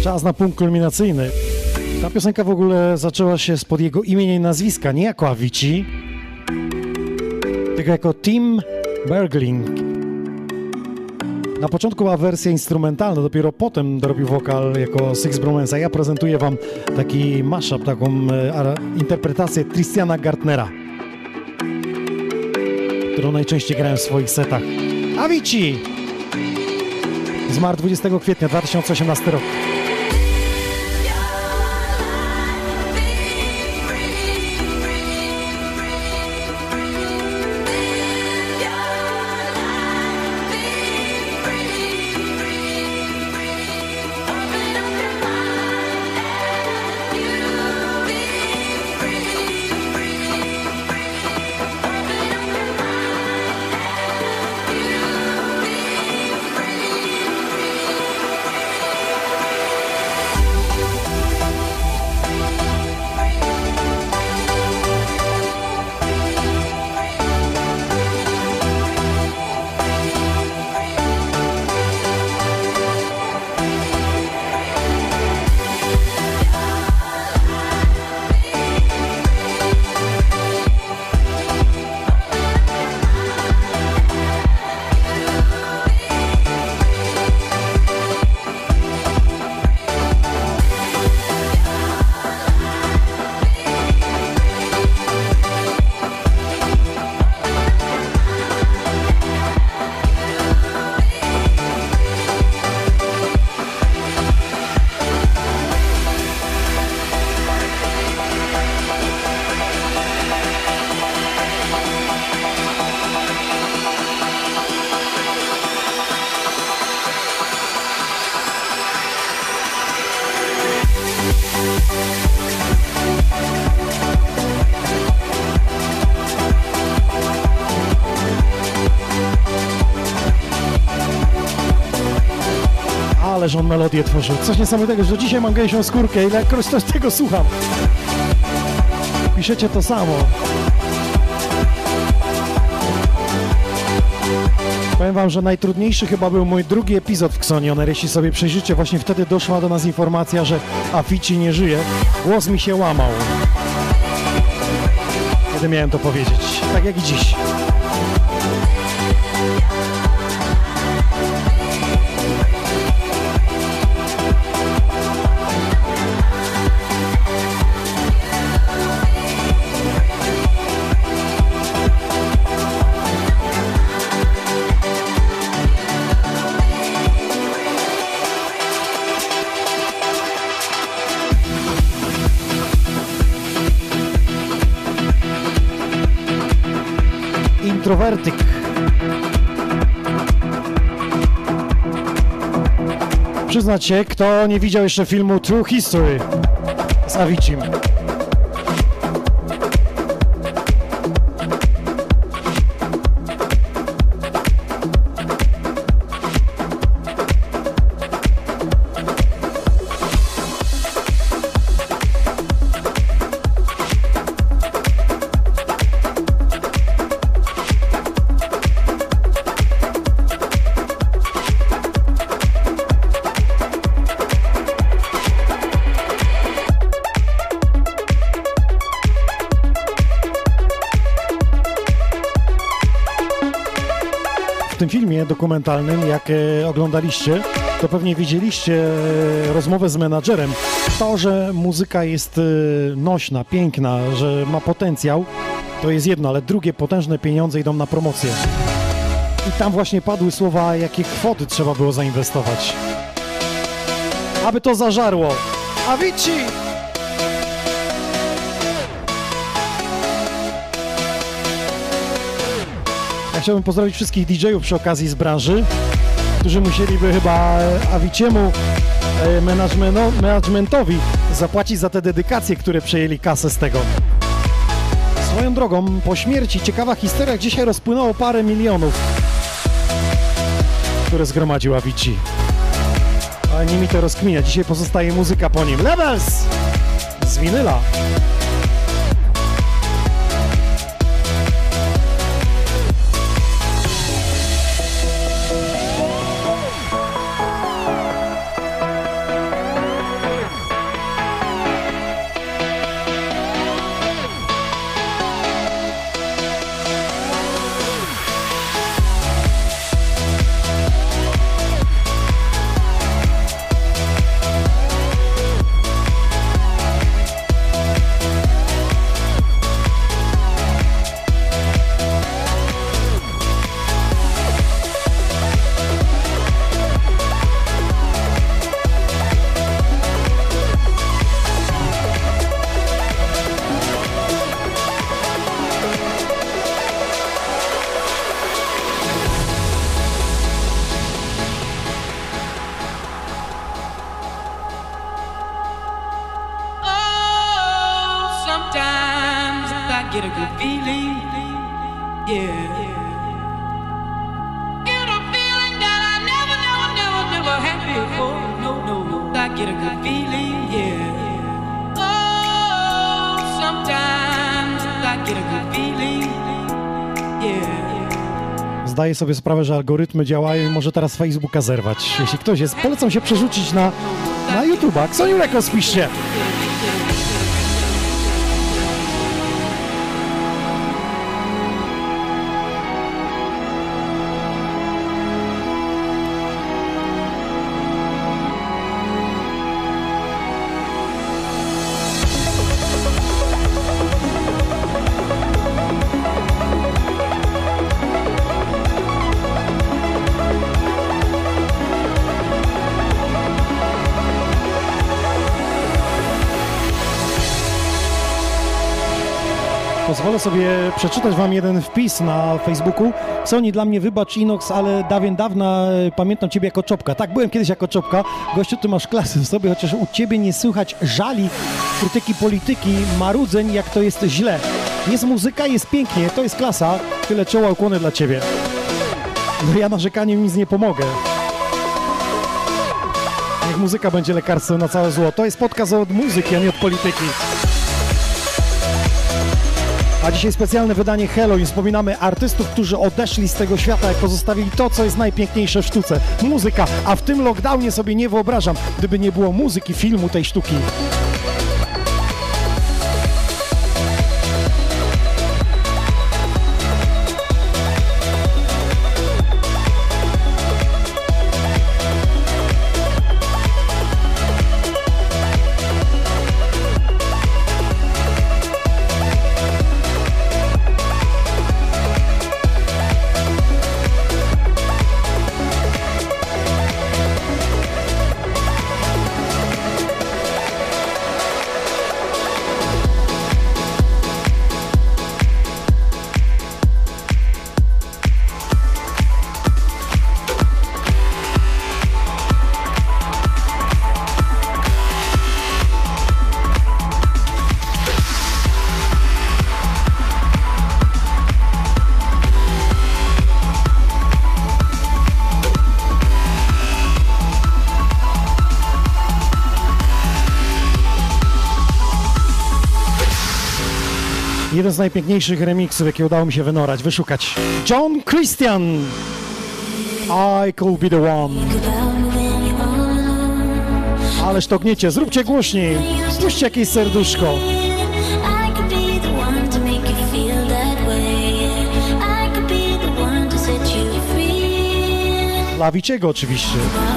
Speaker 4: Czas na punkt kulminacyjny. Ta piosenka w ogóle zaczęła się spod jego imienia i nazwiska, nie jako Avicii, tylko jako Tim Bergling. Na początku była wersja instrumentalna, dopiero potem dorobił wokal jako Six Bromance, a ja prezentuję wam taki mashup, taką e, interpretację Christiana Gartnera, którą najczęściej grałem w swoich setach. Avicii! Zmarł dwudziestego kwietnia dwa tysiące osiemnastego roku. Ależ on melodię tworzył. Coś niesamowitego, że do dzisiaj mam gęsią skórkę, ile jakoś też tego słucham. Piszecie to samo. Powiem wam, że najtrudniejszy chyba był mój drugi epizod w Xonioner. Jeśli sobie przejrzycie, właśnie wtedy doszła do nas informacja, że Avicii nie żyje. Głos mi się łamał, kiedy miałem to powiedzieć. Tak jak i dziś. Introwertyk. Przyznać się, kto nie widział jeszcze filmu True History z Avicii. W tym filmie dokumentalnym, jak e, oglądaliście, to pewnie widzieliście e, rozmowę z menadżerem. To, że muzyka jest e, nośna, piękna, że ma potencjał, to jest jedno, ale drugie, potężne pieniądze idą na promocję. I tam właśnie padły słowa, jakie kwoty trzeba było zainwestować, aby to zażarło. Avicii! Ja chciałbym pozdrowić wszystkich D J ów przy okazji z branży, którzy musieliby chyba Aviciemu, managementowi zapłacić za te dedykacje, które przejęli kasę z tego. Swoją drogą, po śmierci ciekawa historia, dzisiaj rozpłynęło parę milionów, które zgromadził Avicii. Ale nie mi to rozkminia, dzisiaj pozostaje muzyka po nim. Levels! Z winyla.
Speaker 6: get a good feeling, yeah. Get a feeling that I never, never, never, never had before. No, no, no. I get a good feeling, yeah. Oh, sometimes I get a good feeling, yeah.
Speaker 4: Zdaję sobie sprawę, że algorytmy działają i może teraz Facebooka zerwać. Jeśli ktoś jest, polecam się przerzucić na, na YouTube'a. Ksoniu Records, piszcie! Pozwolę sobie przeczytać wam jeden wpis na Facebooku. Soni, dla mnie wybacz Inox, ale dawien dawna pamiętam ciebie jako czopka. Tak, byłem kiedyś jako czopka. Gościu, ty masz klasy w sobie, chociaż u ciebie nie słychać żali, krytyki polityki, marudzeń, jak to jest źle. Jest muzyka, jest pięknie, to jest klasa. Tyle czoła ukłony dla ciebie. No ja narzekaniem nic nie pomogę. Niech muzyka będzie lekarstwem na całe zło. To jest podcast od muzyki, a nie od polityki. A dzisiaj specjalne wydanie Halloween. Wspominamy artystów, którzy odeszli z tego świata, jak pozostawili to, co jest najpiękniejsze w sztuce. Muzyka. A w tym lockdownie sobie nie wyobrażam, gdyby nie było muzyki, filmu, tej sztuki. Jeden z najpiękniejszych remixów, jakie udało mi się wynorać, wyszukać. John Christian! I could be the one. Ależ to gniecie, zróbcie głośniej. Spuśćcie jakieś serduszko. Dla Wiciego oczywiście.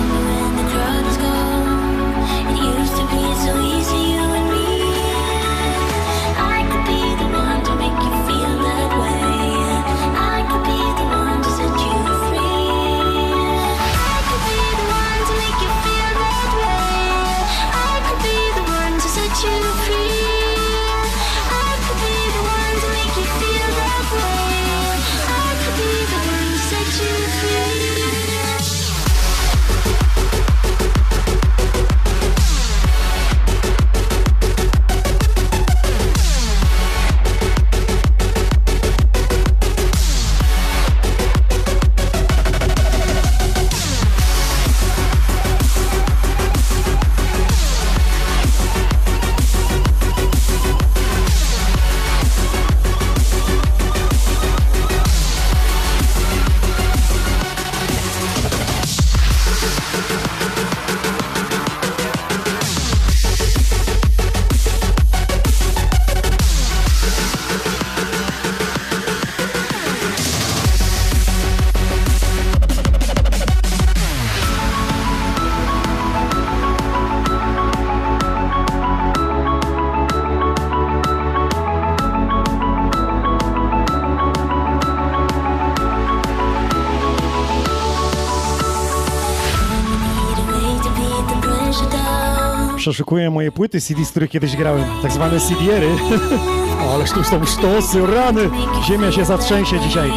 Speaker 4: Przeszukuję moje płyty C D, z których kiedyś grałem, tak zwane C D-ery. O, ależ tu są sztosy, rany! Ziemia się zatrzęsie dzisiaj.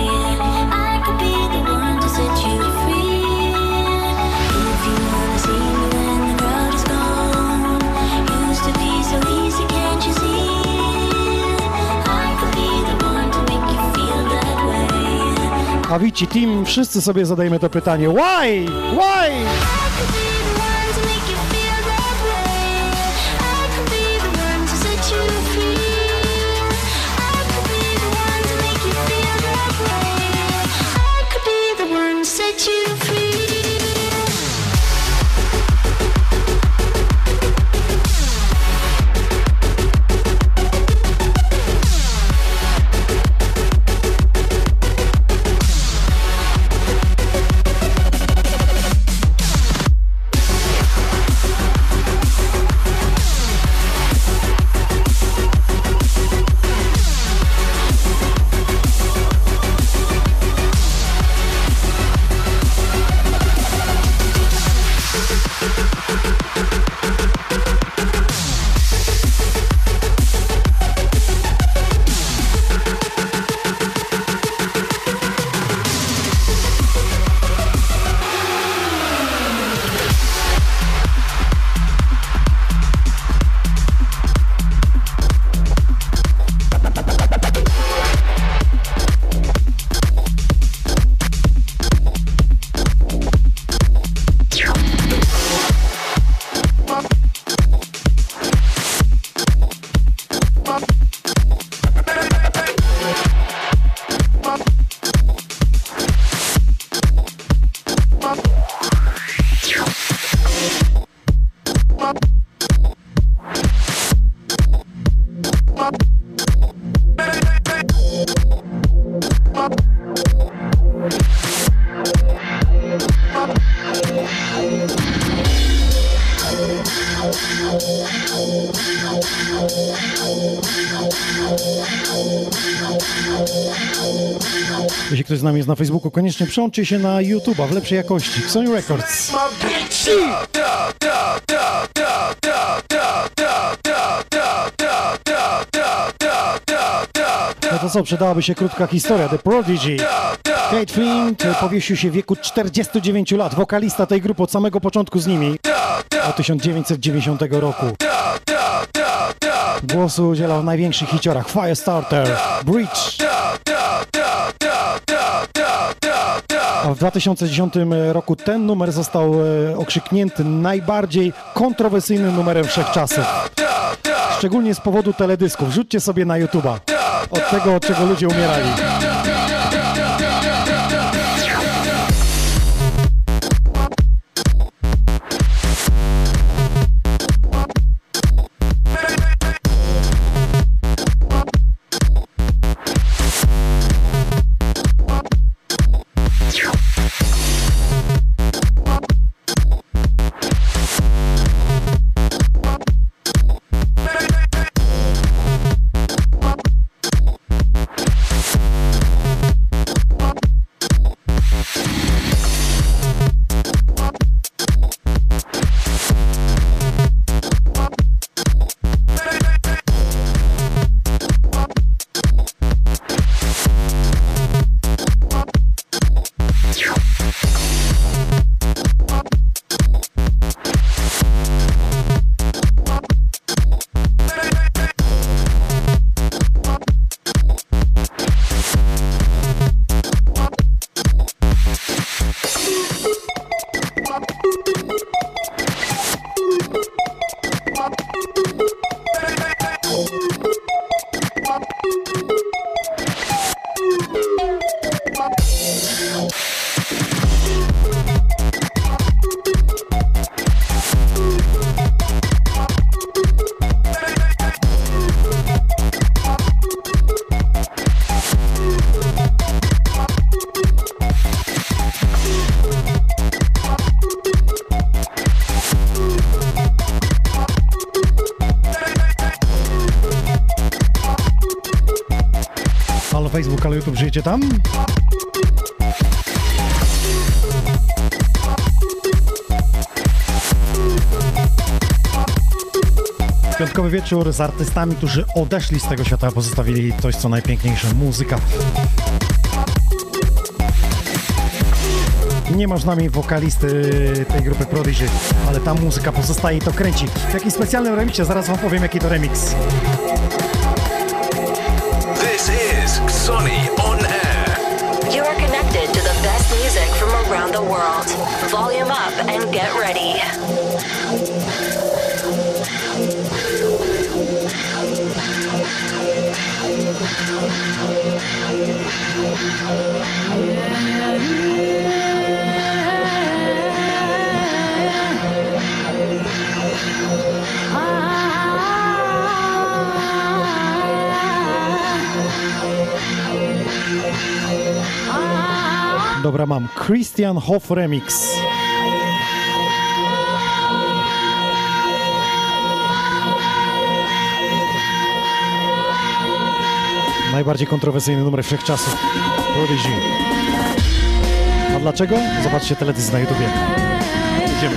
Speaker 7: Used to be so easy, can't you see? I could be
Speaker 4: Avicii Team, wszyscy sobie zadajemy to pytanie. Why? Why?
Speaker 7: Set you free.
Speaker 4: Jeśli ktoś z nami jest na Facebooku, koniecznie przełączcie się na YouTube'a w lepszej jakości. Sony Records. No to co, przydałaby się krótka historia. The Prodigy. Kate Flint powiesił się w wieku czterdziestu dziewięciu lat. Wokalista tej grupy od samego początku z nimi. Od tysiąc dziewięćset dziewięćdziesiątego roku. Głosu udzielał w największych hiciorach Firestarter, Bridge. A w dwa tysiące dziesiątym roku ten numer został okrzyknięty najbardziej kontrowersyjnym numerem wszechczasów. Szczególnie z powodu teledysków. Wrzućcie sobie na YouTube'a. Od tego, od czego ludzie umierali. Facebook, ale YouTube, żyjecie tam? Piątkowy wieczór z artystami, którzy odeszli z tego świata, a pozostawili coś, co najpiękniejsze, muzyka. Nie ma z nami wokalisty tej grupy Prodigy, ale ta muzyka pozostaje i to kręci. W jakimś specjalnym remixie, zaraz wam powiem, jaki to remix.
Speaker 3: This is Sony on Air.
Speaker 2: You are connected best music from around the world. Volume up and get ready.
Speaker 4: Dobra, mam Christian Hoff Remix. Najbardziej kontrowersyjny numer wszechczasów. Prodigy. A dlaczego? Zobaczcie teledysk na YouTubie. Idziemy.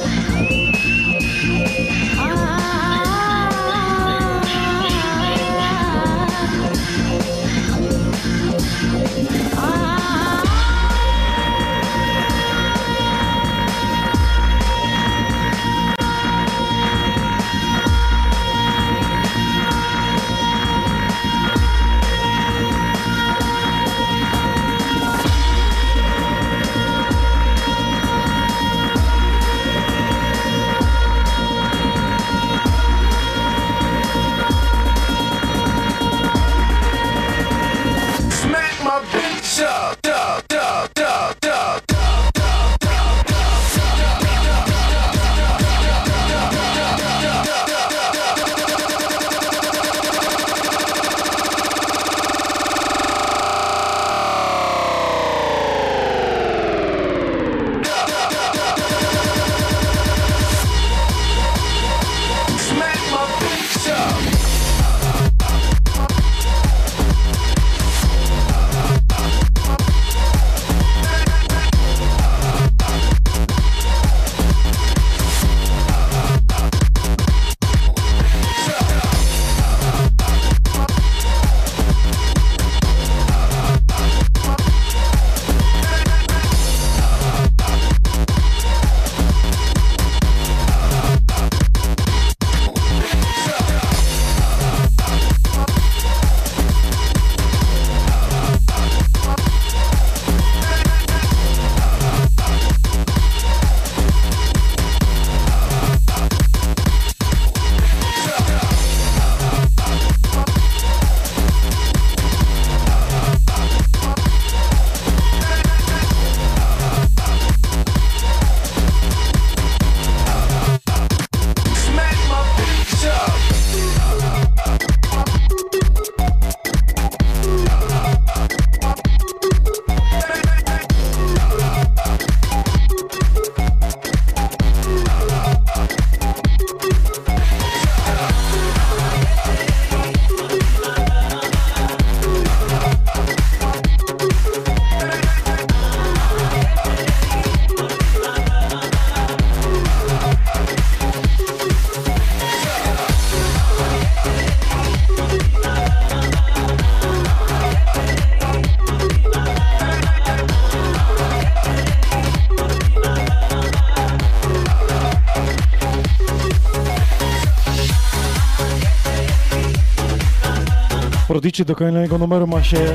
Speaker 4: Prodigy do kolejnego numeru ma się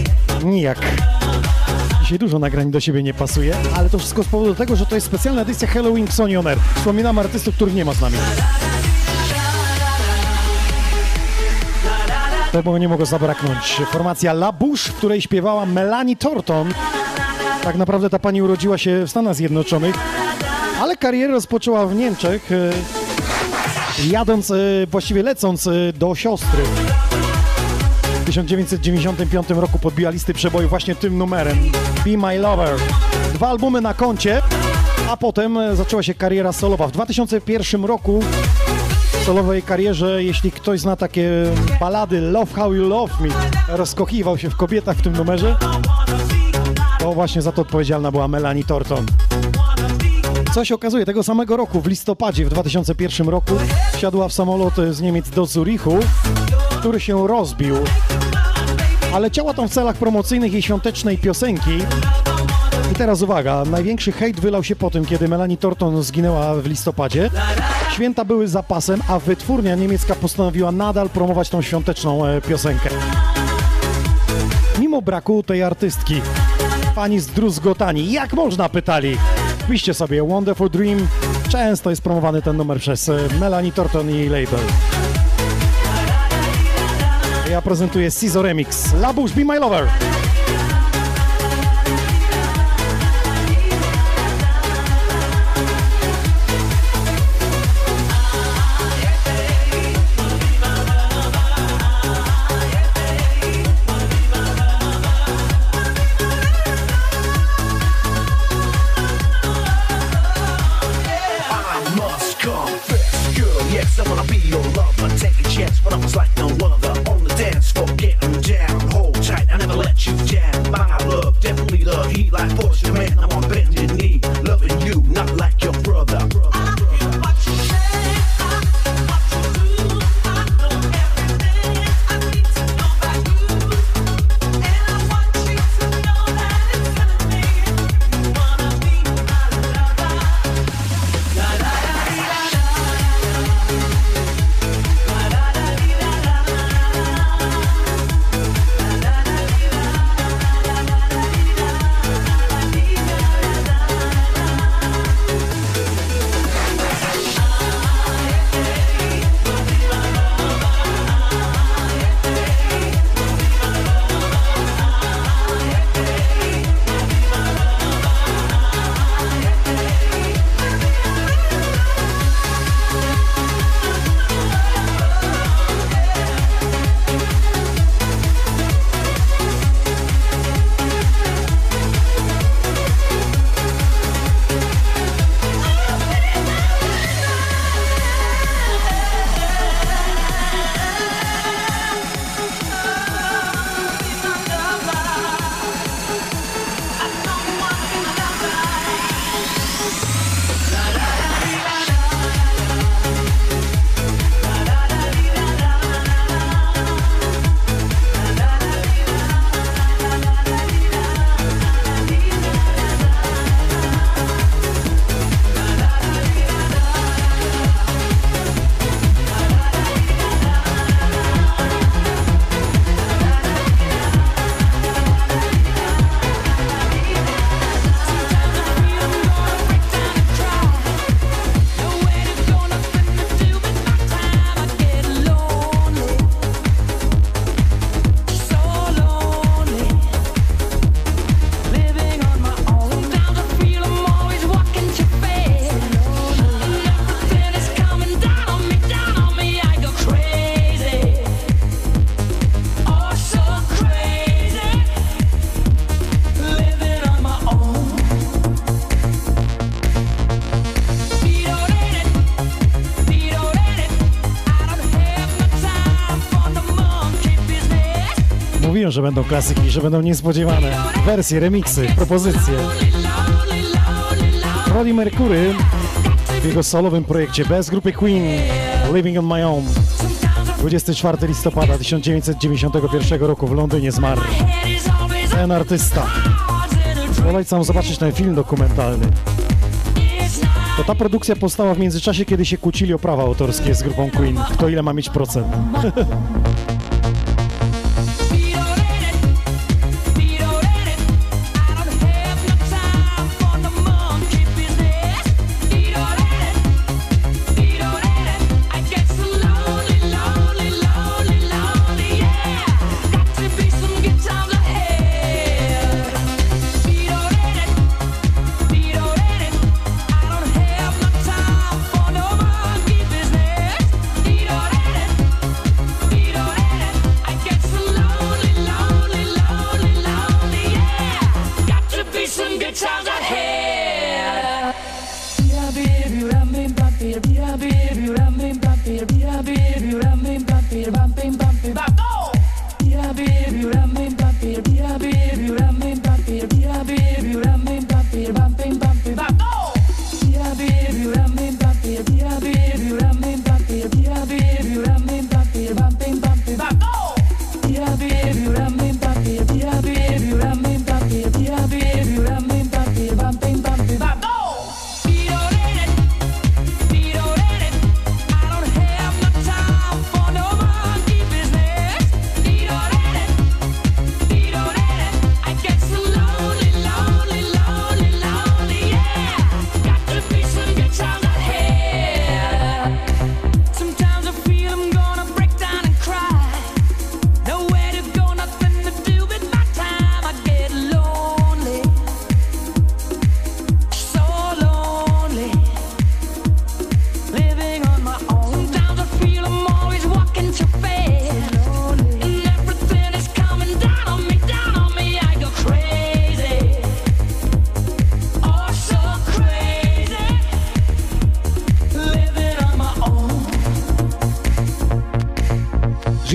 Speaker 4: nijak. Dzisiaj dużo nagrań do siebie nie pasuje, ale to wszystko z powodu tego, że to jest specjalna edycja Halloween Xoni On Air. Wspominam artystów, których nie ma z nami. Tego nie mogło zabraknąć. Formacja La Bouche, w której śpiewała Melanie Thornton. Tak naprawdę ta pani urodziła się w Stanach Zjednoczonych, ale karierę rozpoczęła w Niemczech, jadąc, właściwie lecąc do siostry. W tysiąc dziewięćset dziewięćdziesiątym piątym roku podbiła listy przebojów właśnie tym numerem Be My Lover. Dwa albumy na koncie, a potem zaczęła się kariera solowa. W dwa tysiące pierwszym roku w solowej karierze, jeśli ktoś zna takie balady Love How You Love Me, rozkochiwał się w kobietach w tym numerze, to właśnie za to odpowiedzialna była Melanie Thornton. Co się okazuje, tego samego roku, w listopadzie w dwa tysiące pierwszym roku wsiadła w samolot z Niemiec do Zurichu, który się rozbił, ale leciała tam w celach promocyjnych jej świątecznej piosenki. I teraz uwaga, największy hejt wylał się po tym, kiedy Melanie Thornton zginęła w listopadzie. Święta były zapasem, a wytwórnia niemiecka postanowiła nadal promować tą świąteczną piosenkę. Mimo braku tej artystki Pani zdruzgotani. Jak można, pytali. Wpiszcie sobie Wonderful Dream. Często jest promowany ten numer przez Melanie Thornton i jej label. Ja prezentuję Sizo Remix. La Bouche, Be My Lover. Że będą klasyki, że będą niespodziewane wersje, remiksy, propozycje. Freddie Mercury w jego solowym projekcie bez grupy Queen Living on My Own dwudziestego czwartego listopada tysiąc dziewięćset dziewięćdziesiątego pierwszego roku w Londynie zmarł. Ten artysta. Polecam zobaczyć ten film dokumentalny. To ta produkcja powstała w międzyczasie, kiedy się kłócili o prawa autorskie z grupą Queen. Kto ile ma mieć procent.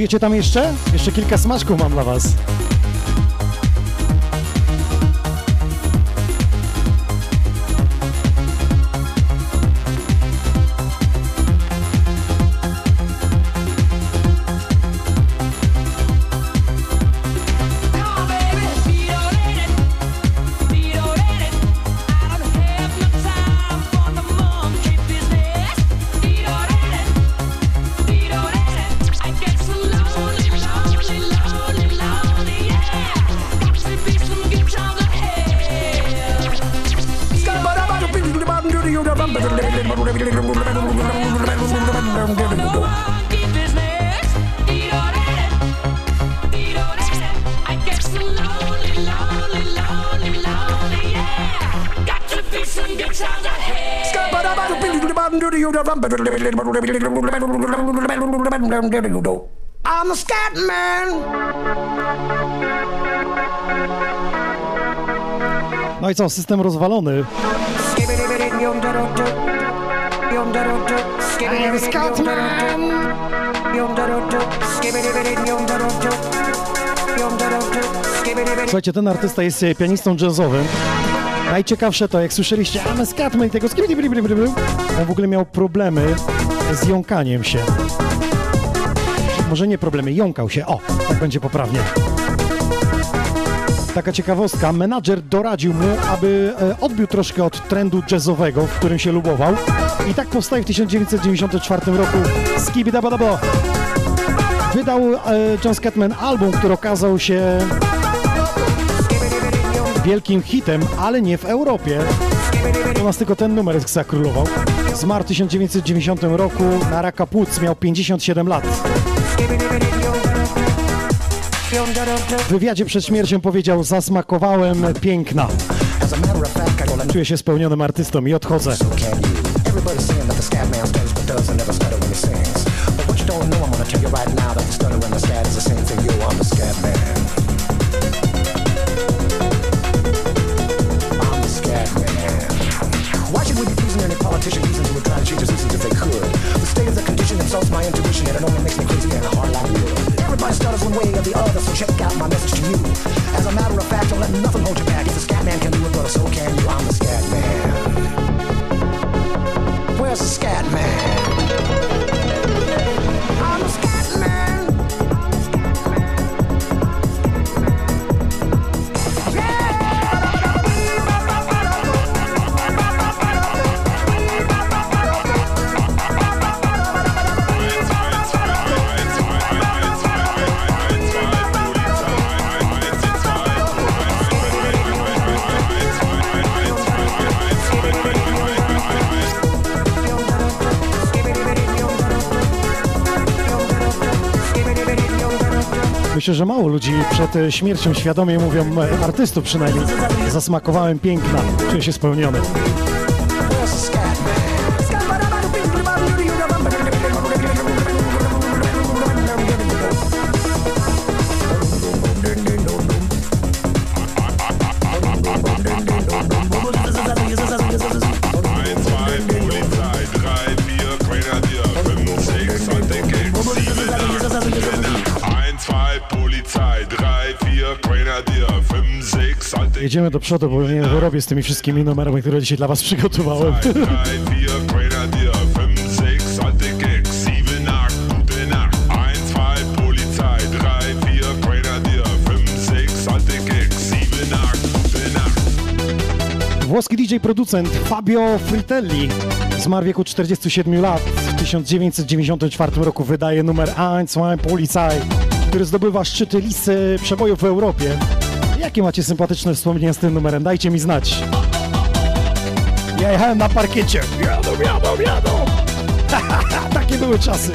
Speaker 4: Żyjecie tam jeszcze? Jeszcze kilka smaczków mam dla was.
Speaker 8: I'm a scat man.
Speaker 4: No i co, system rozwalony. I'm a scat man. Słuchajcie, ten artysta jest pianistą jazzowym. Najciekawsze to, jak słyszeliście, I'm a scatman i tego skibidi, on w ogóle miał problemy z jąkaniem się. Może nie problemy, jąkał się. O, tak będzie poprawnie. Taka ciekawostka, menadżer doradził mu, aby e, odbił troszkę od trendu jazzowego, w którym się lubował. I tak powstaje w tysiąc dziewięćset dziewięćdziesiątym czwartym roku Skibidabadabo. Wydał e, John Scatman album, który okazał się wielkim hitem, ale nie w Europie. U nas tylko ten numer zakrólował. Zmarł w tysiąc dziewięćset dziewięćdziesiątym roku na raka płuc, miał pięćdziesiąt siedem lat. W wywiadzie przed śmiercią powiedział: zasmakowałem piękna. Czuję się spełnionym artystą i odchodzę.
Speaker 8: Politician reasons who would try to change the seasons if they could. The state of the condition insults my intuition, and it only makes me crazy and hard like wood. Everybody stutters one way or the other, so check out my message to you. As a matter of fact, don't let nothing hold you back. If the scat man can do it, brother, so can you. I'm the scat man. Where's the scat man? I'm the scat man.
Speaker 4: Myślę, że mało ludzi przed śmiercią świadomie mówią, artystów przynajmniej, zasmakowałem piękna, czuję się spełniony. Jedziemy do przodu, bo nie robię z tymi wszystkimi numerami, które dzisiaj dla was przygotowałem. Włoski D J producent Fabio Fritelli zmarł w wieku czterdziestu siedmiu lat. W tysiąc dziewięćset dziewięćdziesiątym czwartym roku wydaje numer Eins, Zwei, Polizei, który zdobywa szczyty listy przebojów w Europie. Jakie macie sympatyczne wspomnienia z tym numerem? Dajcie mi znać. Ja jechałem na parkiecie. Jadą, jadą, jadą. Takie były czasy.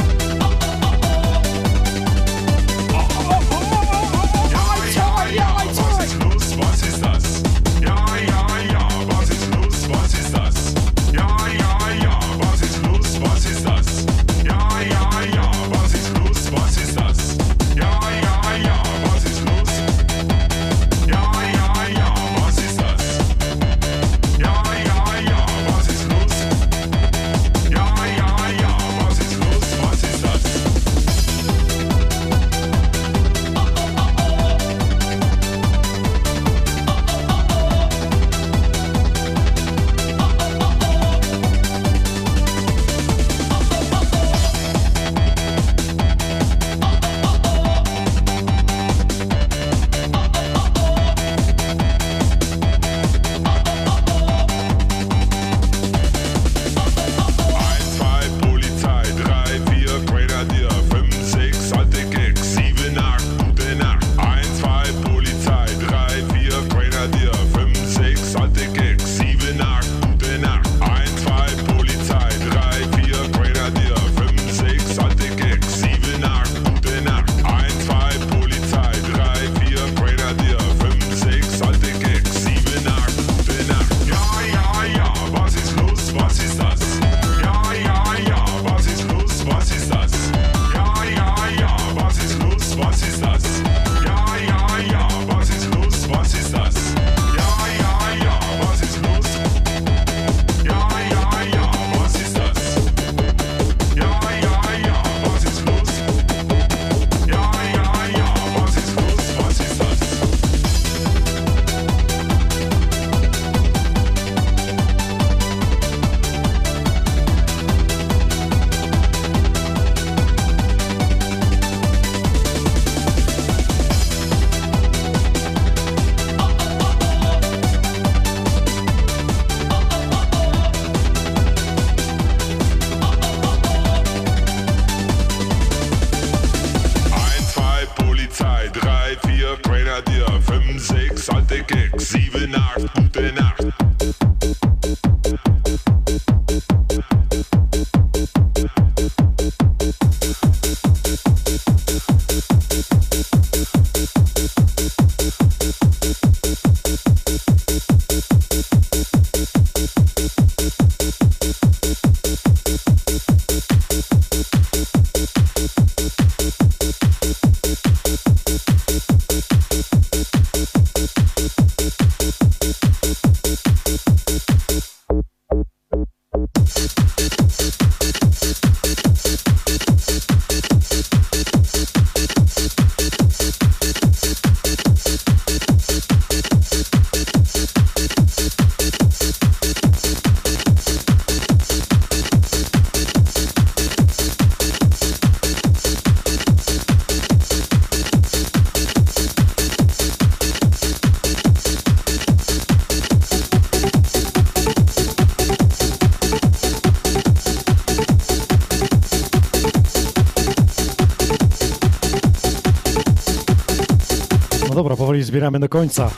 Speaker 4: Dobra, powoli zbieramy do końca.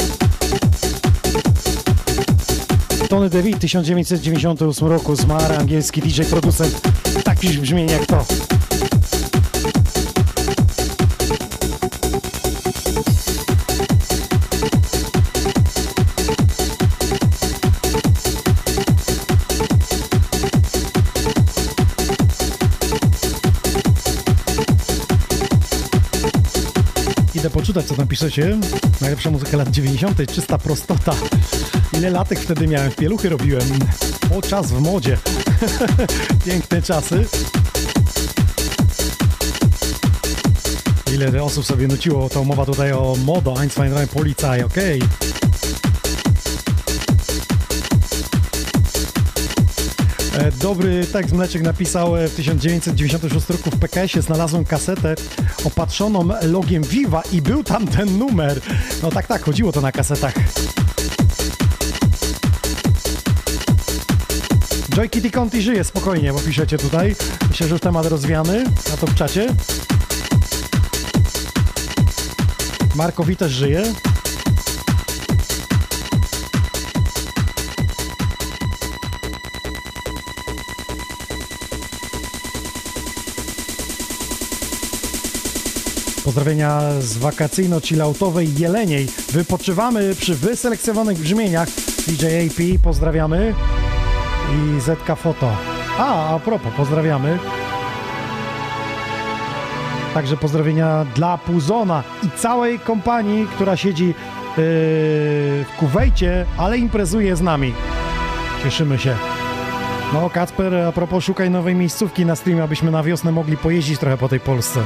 Speaker 4: Tony DeVito w tysiąc dziewięćset dziewięćdziesiątym ósmym roku zmarł, angielski D J, producent w takim brzmieniu jak to. Idę poczytać, co tam piszecie. Najlepsza muzyka lat dziewięćdziesiątych, czysta prostota. Ile latek wtedy miałem? W pieluchy robiłem. O, czas w modzie. Piękne czasy. Ile osób sobie nuciło, to mowa tutaj o modo, eins, zwei, drei, Polizei, okej. Okay. Dobry tekst Mleczek napisał w tysiąc dziewięćset dziewięćdziesiątym szóstym roku w P K S-ie znalazłem kasetę opatrzoną logiem Viva i był tam ten numer. No tak, tak, chodziło to na kasetach. Joy Kitty Conti żyje, spokojnie, bo piszecie tutaj. Myślę, że już temat rozwiany na to w czacie. Markowi też żyje. Pozdrowienia z wakacyjno-chilloutowej Jeleniej. Wypoczywamy przy wyselekcjonowanych brzmieniach. D J A P, pozdrawiamy. I Z K Foto. A, a propos, pozdrawiamy. Także pozdrowienia dla Puzona i całej kompanii, która siedzi yy, w Kuwejcie, ale imprezuje z nami. Cieszymy się. No, Kacper, a propos, szukaj nowej miejscówki na streamie, abyśmy na wiosnę mogli pojeździć trochę po tej Polsce.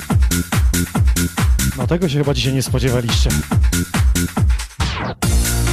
Speaker 4: Tego się chyba dzisiaj nie spodziewaliście.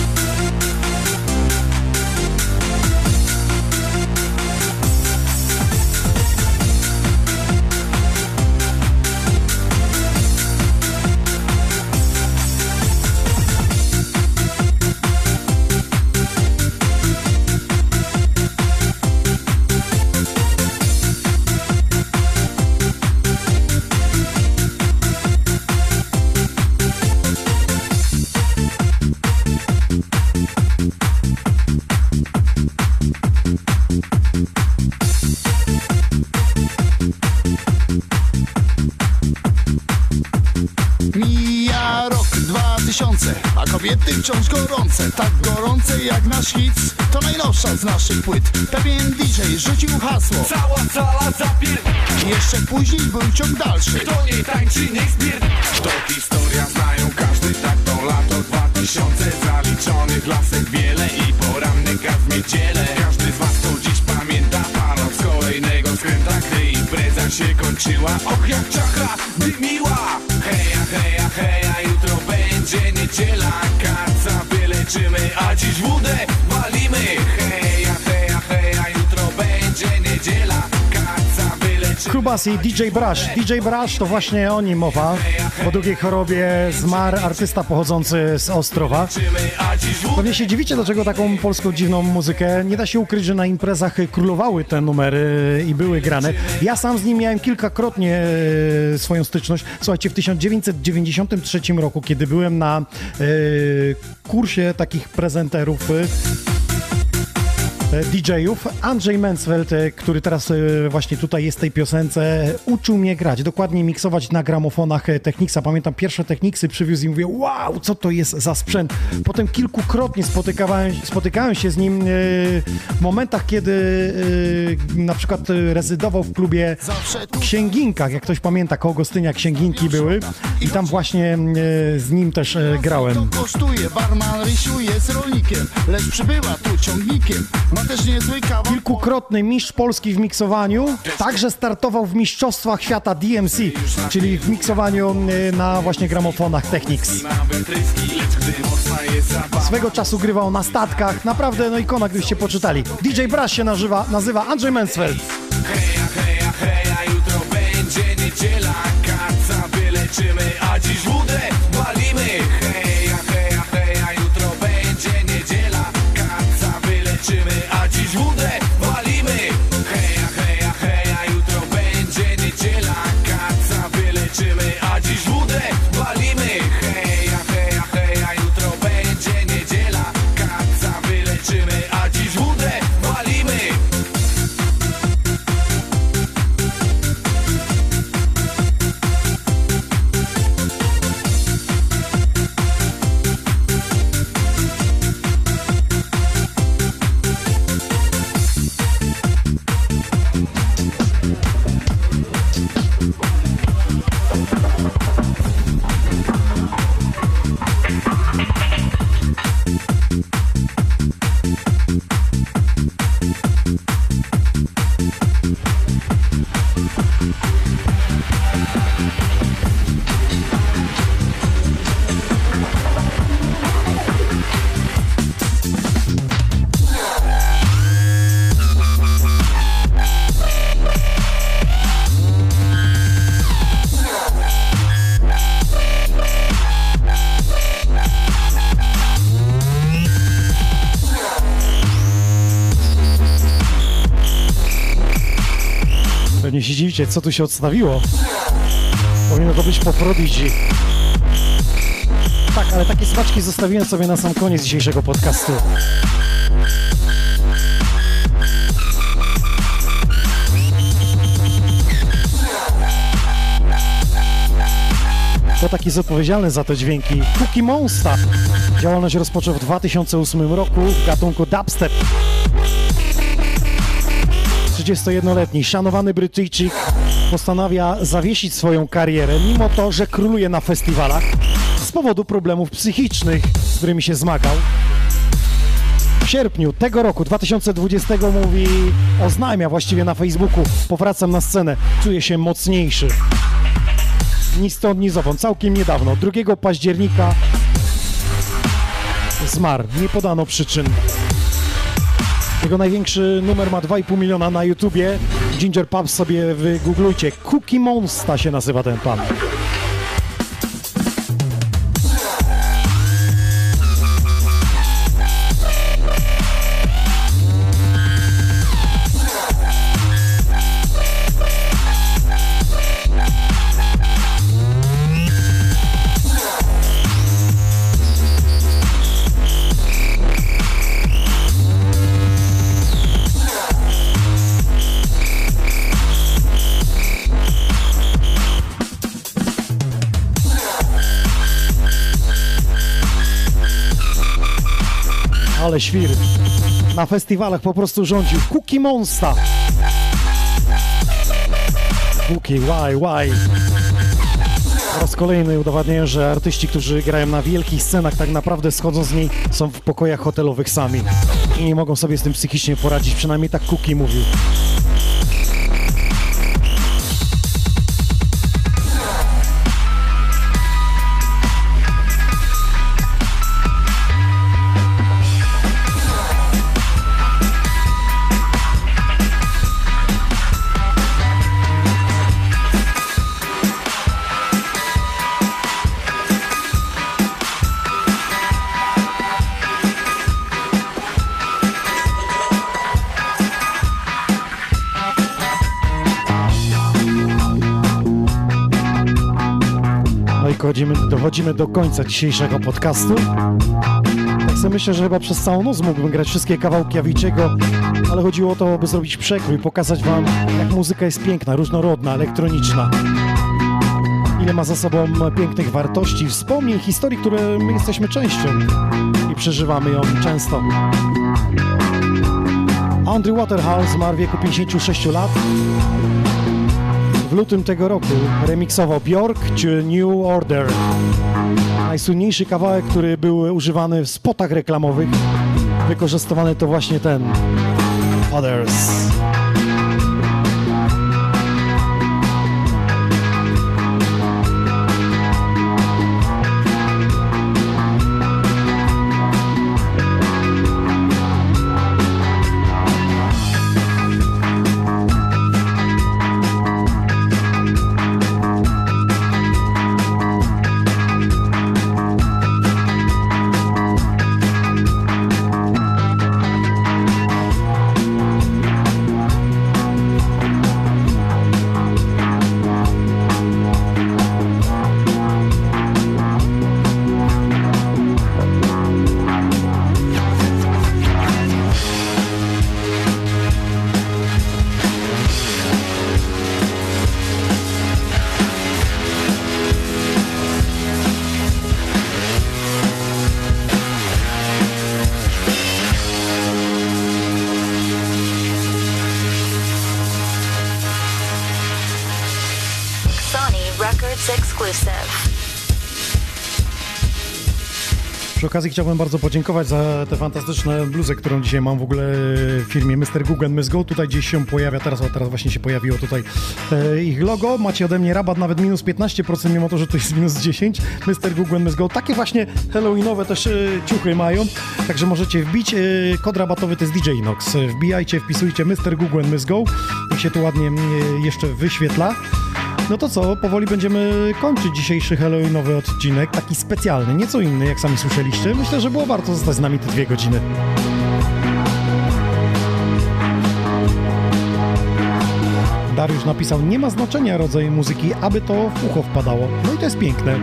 Speaker 9: wciąż gorące, tak gorące jak nasz hit. To najnowsza z naszych płyt. Pewien D J rzucił hasło:
Speaker 10: cała sala zapier...
Speaker 9: Jeszcze później był ciąg dalszy.
Speaker 10: Kto nie tańczy, niech spier... To historia, znają każdy, tak to lato dwa tysiące. Zaliczonych lasek wiele i porannyka w niedzielę. Każdy z was to dziś pamięta, paląc kolejnego skręta, gdy impreza się kończyła. Och, jak czachra dymiła. Heja, heja, heja, jutro będzie niedziela. Kaca wyleczymy, a dziś wódę walimy. Heja, heja, heja, jutro będzie niedziela. Kaca wyleczymy.
Speaker 4: Krubasi, D J Brush. D J Brush to właśnie o nim mowa. Po drugiej chorobie zmarł artysta pochodzący z Ostrowa. Pewnie się dziwicie, dlaczego taką polską dziwną muzykę. Nie da się ukryć, że na imprezach królowały te numery i były grane. Ja sam z nim miałem kilkakrotnie swoją styczność. Słuchajcie, w tysiąc dziewięćset dziewięćdziesiątym trzecim roku, kiedy byłem na y, kursie takich prezenterów, y, D J-ów, Andrzej Mansfeld, który teraz właśnie tutaj jest w tej piosence, uczył mnie grać, dokładnie miksować na gramofonach Technicsa. Pamiętam, pierwsze Technicsy przywiózł i mówię: wow, co to jest za sprzęt. Potem kilkukrotnie spotykałem, spotykałem się z nim w momentach, kiedy na przykład rezydował w klubie Księginkach, jak ktoś pamięta, koło Gostynia Księginki były i tam właśnie z nim też grałem.
Speaker 9: Kosztuje, barman Rysiu jest rolnikiem, lecz przybywa tu ciągnikiem.
Speaker 4: Kilkukrotny mistrz Polski w miksowaniu, także startował w mistrzostwach świata D M C, czyli w miksowaniu na właśnie gramofonach Technics. Swego czasu grywał na statkach, naprawdę no ikona, gdybyście poczytali. D J Brush się nazywa, nazywa Andrzej Mansfeld.
Speaker 10: Heja, heja, heja, jutro będzie niedziela. Kaca wyleczymy, a dziś wódę walimy. Heja, heja, heja, jutro będzie niedziela. Kaca wyleczymy, a dziś wódę walimy. Heja, heja, heja, jutro będzie niedziela. Kaca wyleczymy, a dziś wódę walimy. Heja, heja, heja, jutro będzie niedziela. Kaca wyleczymy, a dziś wódę walimy.
Speaker 4: Pewnie się dziwicie, co tu się odstawiło. Powinno to być po Prodigy. Tak, ale takie smaczki zostawiłem sobie na sam koniec dzisiejszego podcastu. To taki jest odpowiedzialny za te dźwięki. Cookie Monster. Działalność rozpoczął w dwa tysiące ósmym roku w gatunku dubstep. trzydziestojednoletni, szanowany Brytyjczyk postanawia zawiesić swoją karierę, mimo to, że króluje na festiwalach z powodu problemów psychicznych, z którymi się zmagał. W sierpniu tego roku, dwa tysiące dwudziestego, mówi, oznajmia właściwie na Facebooku: powracam na scenę, czuję się mocniejszy. Ni stąd, ni zowąd, całkiem niedawno, drugiego października zmarł, nie podano przyczyn. Jego największy numer ma dwa i pół miliona na YouTubie. Ginger Pubs sobie wygooglujcie. Cookie Monster się nazywa ten pan. Ale świr. Na festiwalach po prostu rządził. Cookie Monster. Cookie, why, why? Po raz kolejny udowadniają, że artyści, którzy grają na wielkich scenach, tak naprawdę schodzą z niej, są w pokojach hotelowych sami. I nie mogą sobie z tym psychicznie poradzić. Przynajmniej tak Cookie mówił. Dochodzimy, dochodzimy do końca dzisiejszego podcastu. Tak sobie myślę, że chyba przez całą noc mógłbym grać wszystkie kawałki Avicii'ego, ale chodziło o to, by zrobić przekrój, pokazać wam, jak muzyka jest piękna, różnorodna, elektroniczna. Ile ma za sobą pięknych wartości, wspomnień, historii, które my jesteśmy częścią i przeżywamy ją często. Andrew Waterhouse zmarł w wieku pięćdziesięciu sześciu lat. W lutym tego roku remiksował Björk to New Order. Najsłynniejszy kawałek, który był używany w spotach reklamowych. Wykorzystywany to właśnie ten Others. Przy okazji chciałbym bardzo podziękować za te fantastyczne bluzy, którą dzisiaj mam w ogóle w firmie mister Google and Miss Go. Tutaj gdzieś się pojawia, teraz, teraz właśnie się pojawiło tutaj e, ich logo. Macie ode mnie rabat nawet minus piętnaście procent, mimo to, że to jest minus dziesięć procent. mister Google and Miss Go. Takie właśnie halloweenowe też e, ciuchy mają, także możecie wbić. E, kod rabatowy to jest D J Inox. Wbijajcie, wpisujcie mister Google and Miss Go i się tu ładnie e, jeszcze wyświetla. No to co, powoli będziemy kończyć dzisiejszy halloweenowy odcinek, taki specjalny, nieco inny, jak sami słyszeliście. Myślę, że było warto zostać z nami te dwie godziny. Dariusz napisał, nie ma znaczenia rodzaju muzyki, aby to w ucho wpadało. No i to jest piękne.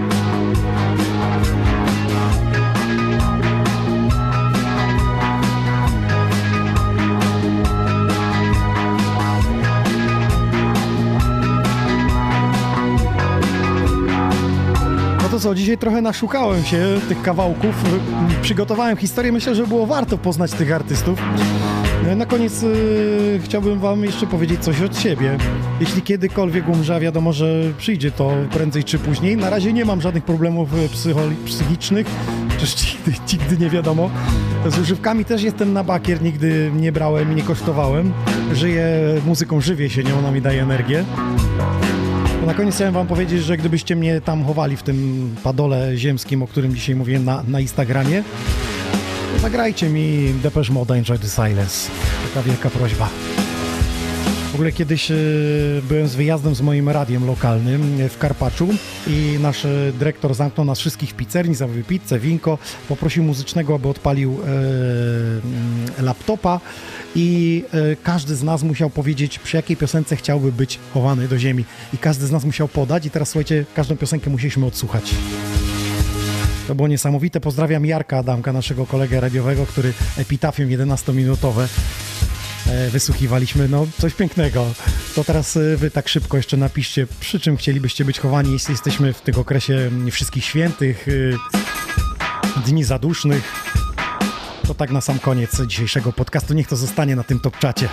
Speaker 4: To co, dzisiaj trochę naszukałem się tych kawałków, przygotowałem historię, myślę, że było warto poznać tych artystów. Na koniec yy, chciałbym wam jeszcze powiedzieć coś od siebie. Jeśli kiedykolwiek umrze, wiadomo, że przyjdzie to prędzej czy później. Na razie nie mam żadnych problemów psycho- psychicznych, przecież nigdy, nigdy nie wiadomo. Z używkami też jestem na bakier, nigdy nie brałem i nie kosztowałem. Żyję muzyką, żywię się nią, ona mi daje energię. Na koniec chciałem wam powiedzieć, że gdybyście mnie tam chowali w tym padole ziemskim, o którym dzisiaj mówiłem na, na Instagramie, to zagrajcie mi Depeche Mode Enjoy the Silence. Taka wielka prośba. W ogóle kiedyś y, byłem z wyjazdem z moim radiem lokalnym w Karpaczu i nasz y, dyrektor zamknął nas wszystkich w pizzerii, zamówił pizzę, winko, poprosił muzycznego, aby odpalił y, y, laptopa i y, każdy z nas musiał powiedzieć, przy jakiej piosence chciałby być chowany do ziemi. I każdy z nas musiał podać i teraz słuchajcie, każdą piosenkę musieliśmy odsłuchać. To było niesamowite. Pozdrawiam Jarka Adamka, naszego kolegę radiowego, który epitafium jedenastominutowe wysłuchiwaliśmy. No, coś pięknego. To teraz wy tak szybko jeszcze napiszcie, przy czym chcielibyście być chowani, jeśli jesteśmy w tych okresie wszystkich świętych, dni zadusznych. To tak na sam koniec dzisiejszego podcastu. Niech to zostanie na tym top czacie.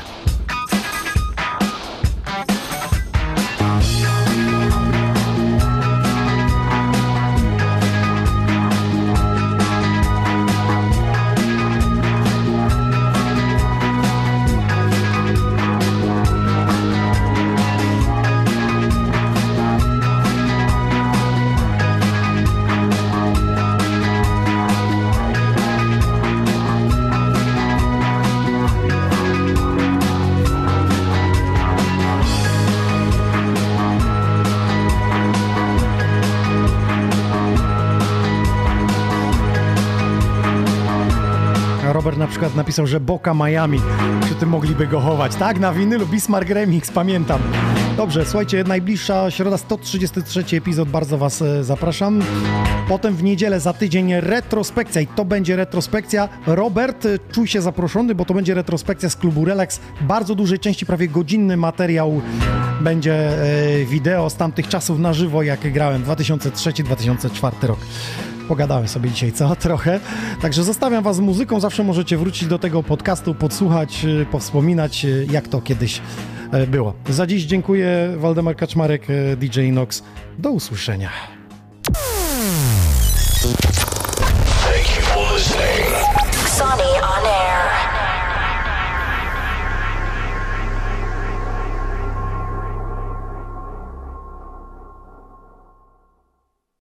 Speaker 4: Robert na przykład napisał, że Boca Miami, przy tym mogliby go chować. Tak, na winylu Bismarck Remix, pamiętam. Dobrze, słuchajcie, najbliższa środa, sto trzydziesty trzeci epizod, bardzo was e, zapraszam. Potem w niedzielę za tydzień retrospekcja i to będzie retrospekcja. Robert, e, czuj się zaproszony, bo to będzie retrospekcja z klubu Relax. Bardzo dużej części, prawie godzinny materiał będzie e, wideo z tamtych czasów na żywo, jak grałem, dwa tysiące trzeci dwa tysiące czwarty rok. Pogadałem sobie dzisiaj, co? Trochę. Także zostawiam was z muzyką. Zawsze możecie wrócić do tego podcastu, podsłuchać, powspominać, jak to kiedyś było. Za dziś dziękuję. Waldemar Kaczmarek, D J Inox. Do usłyszenia.
Speaker 3: Thank you for listening.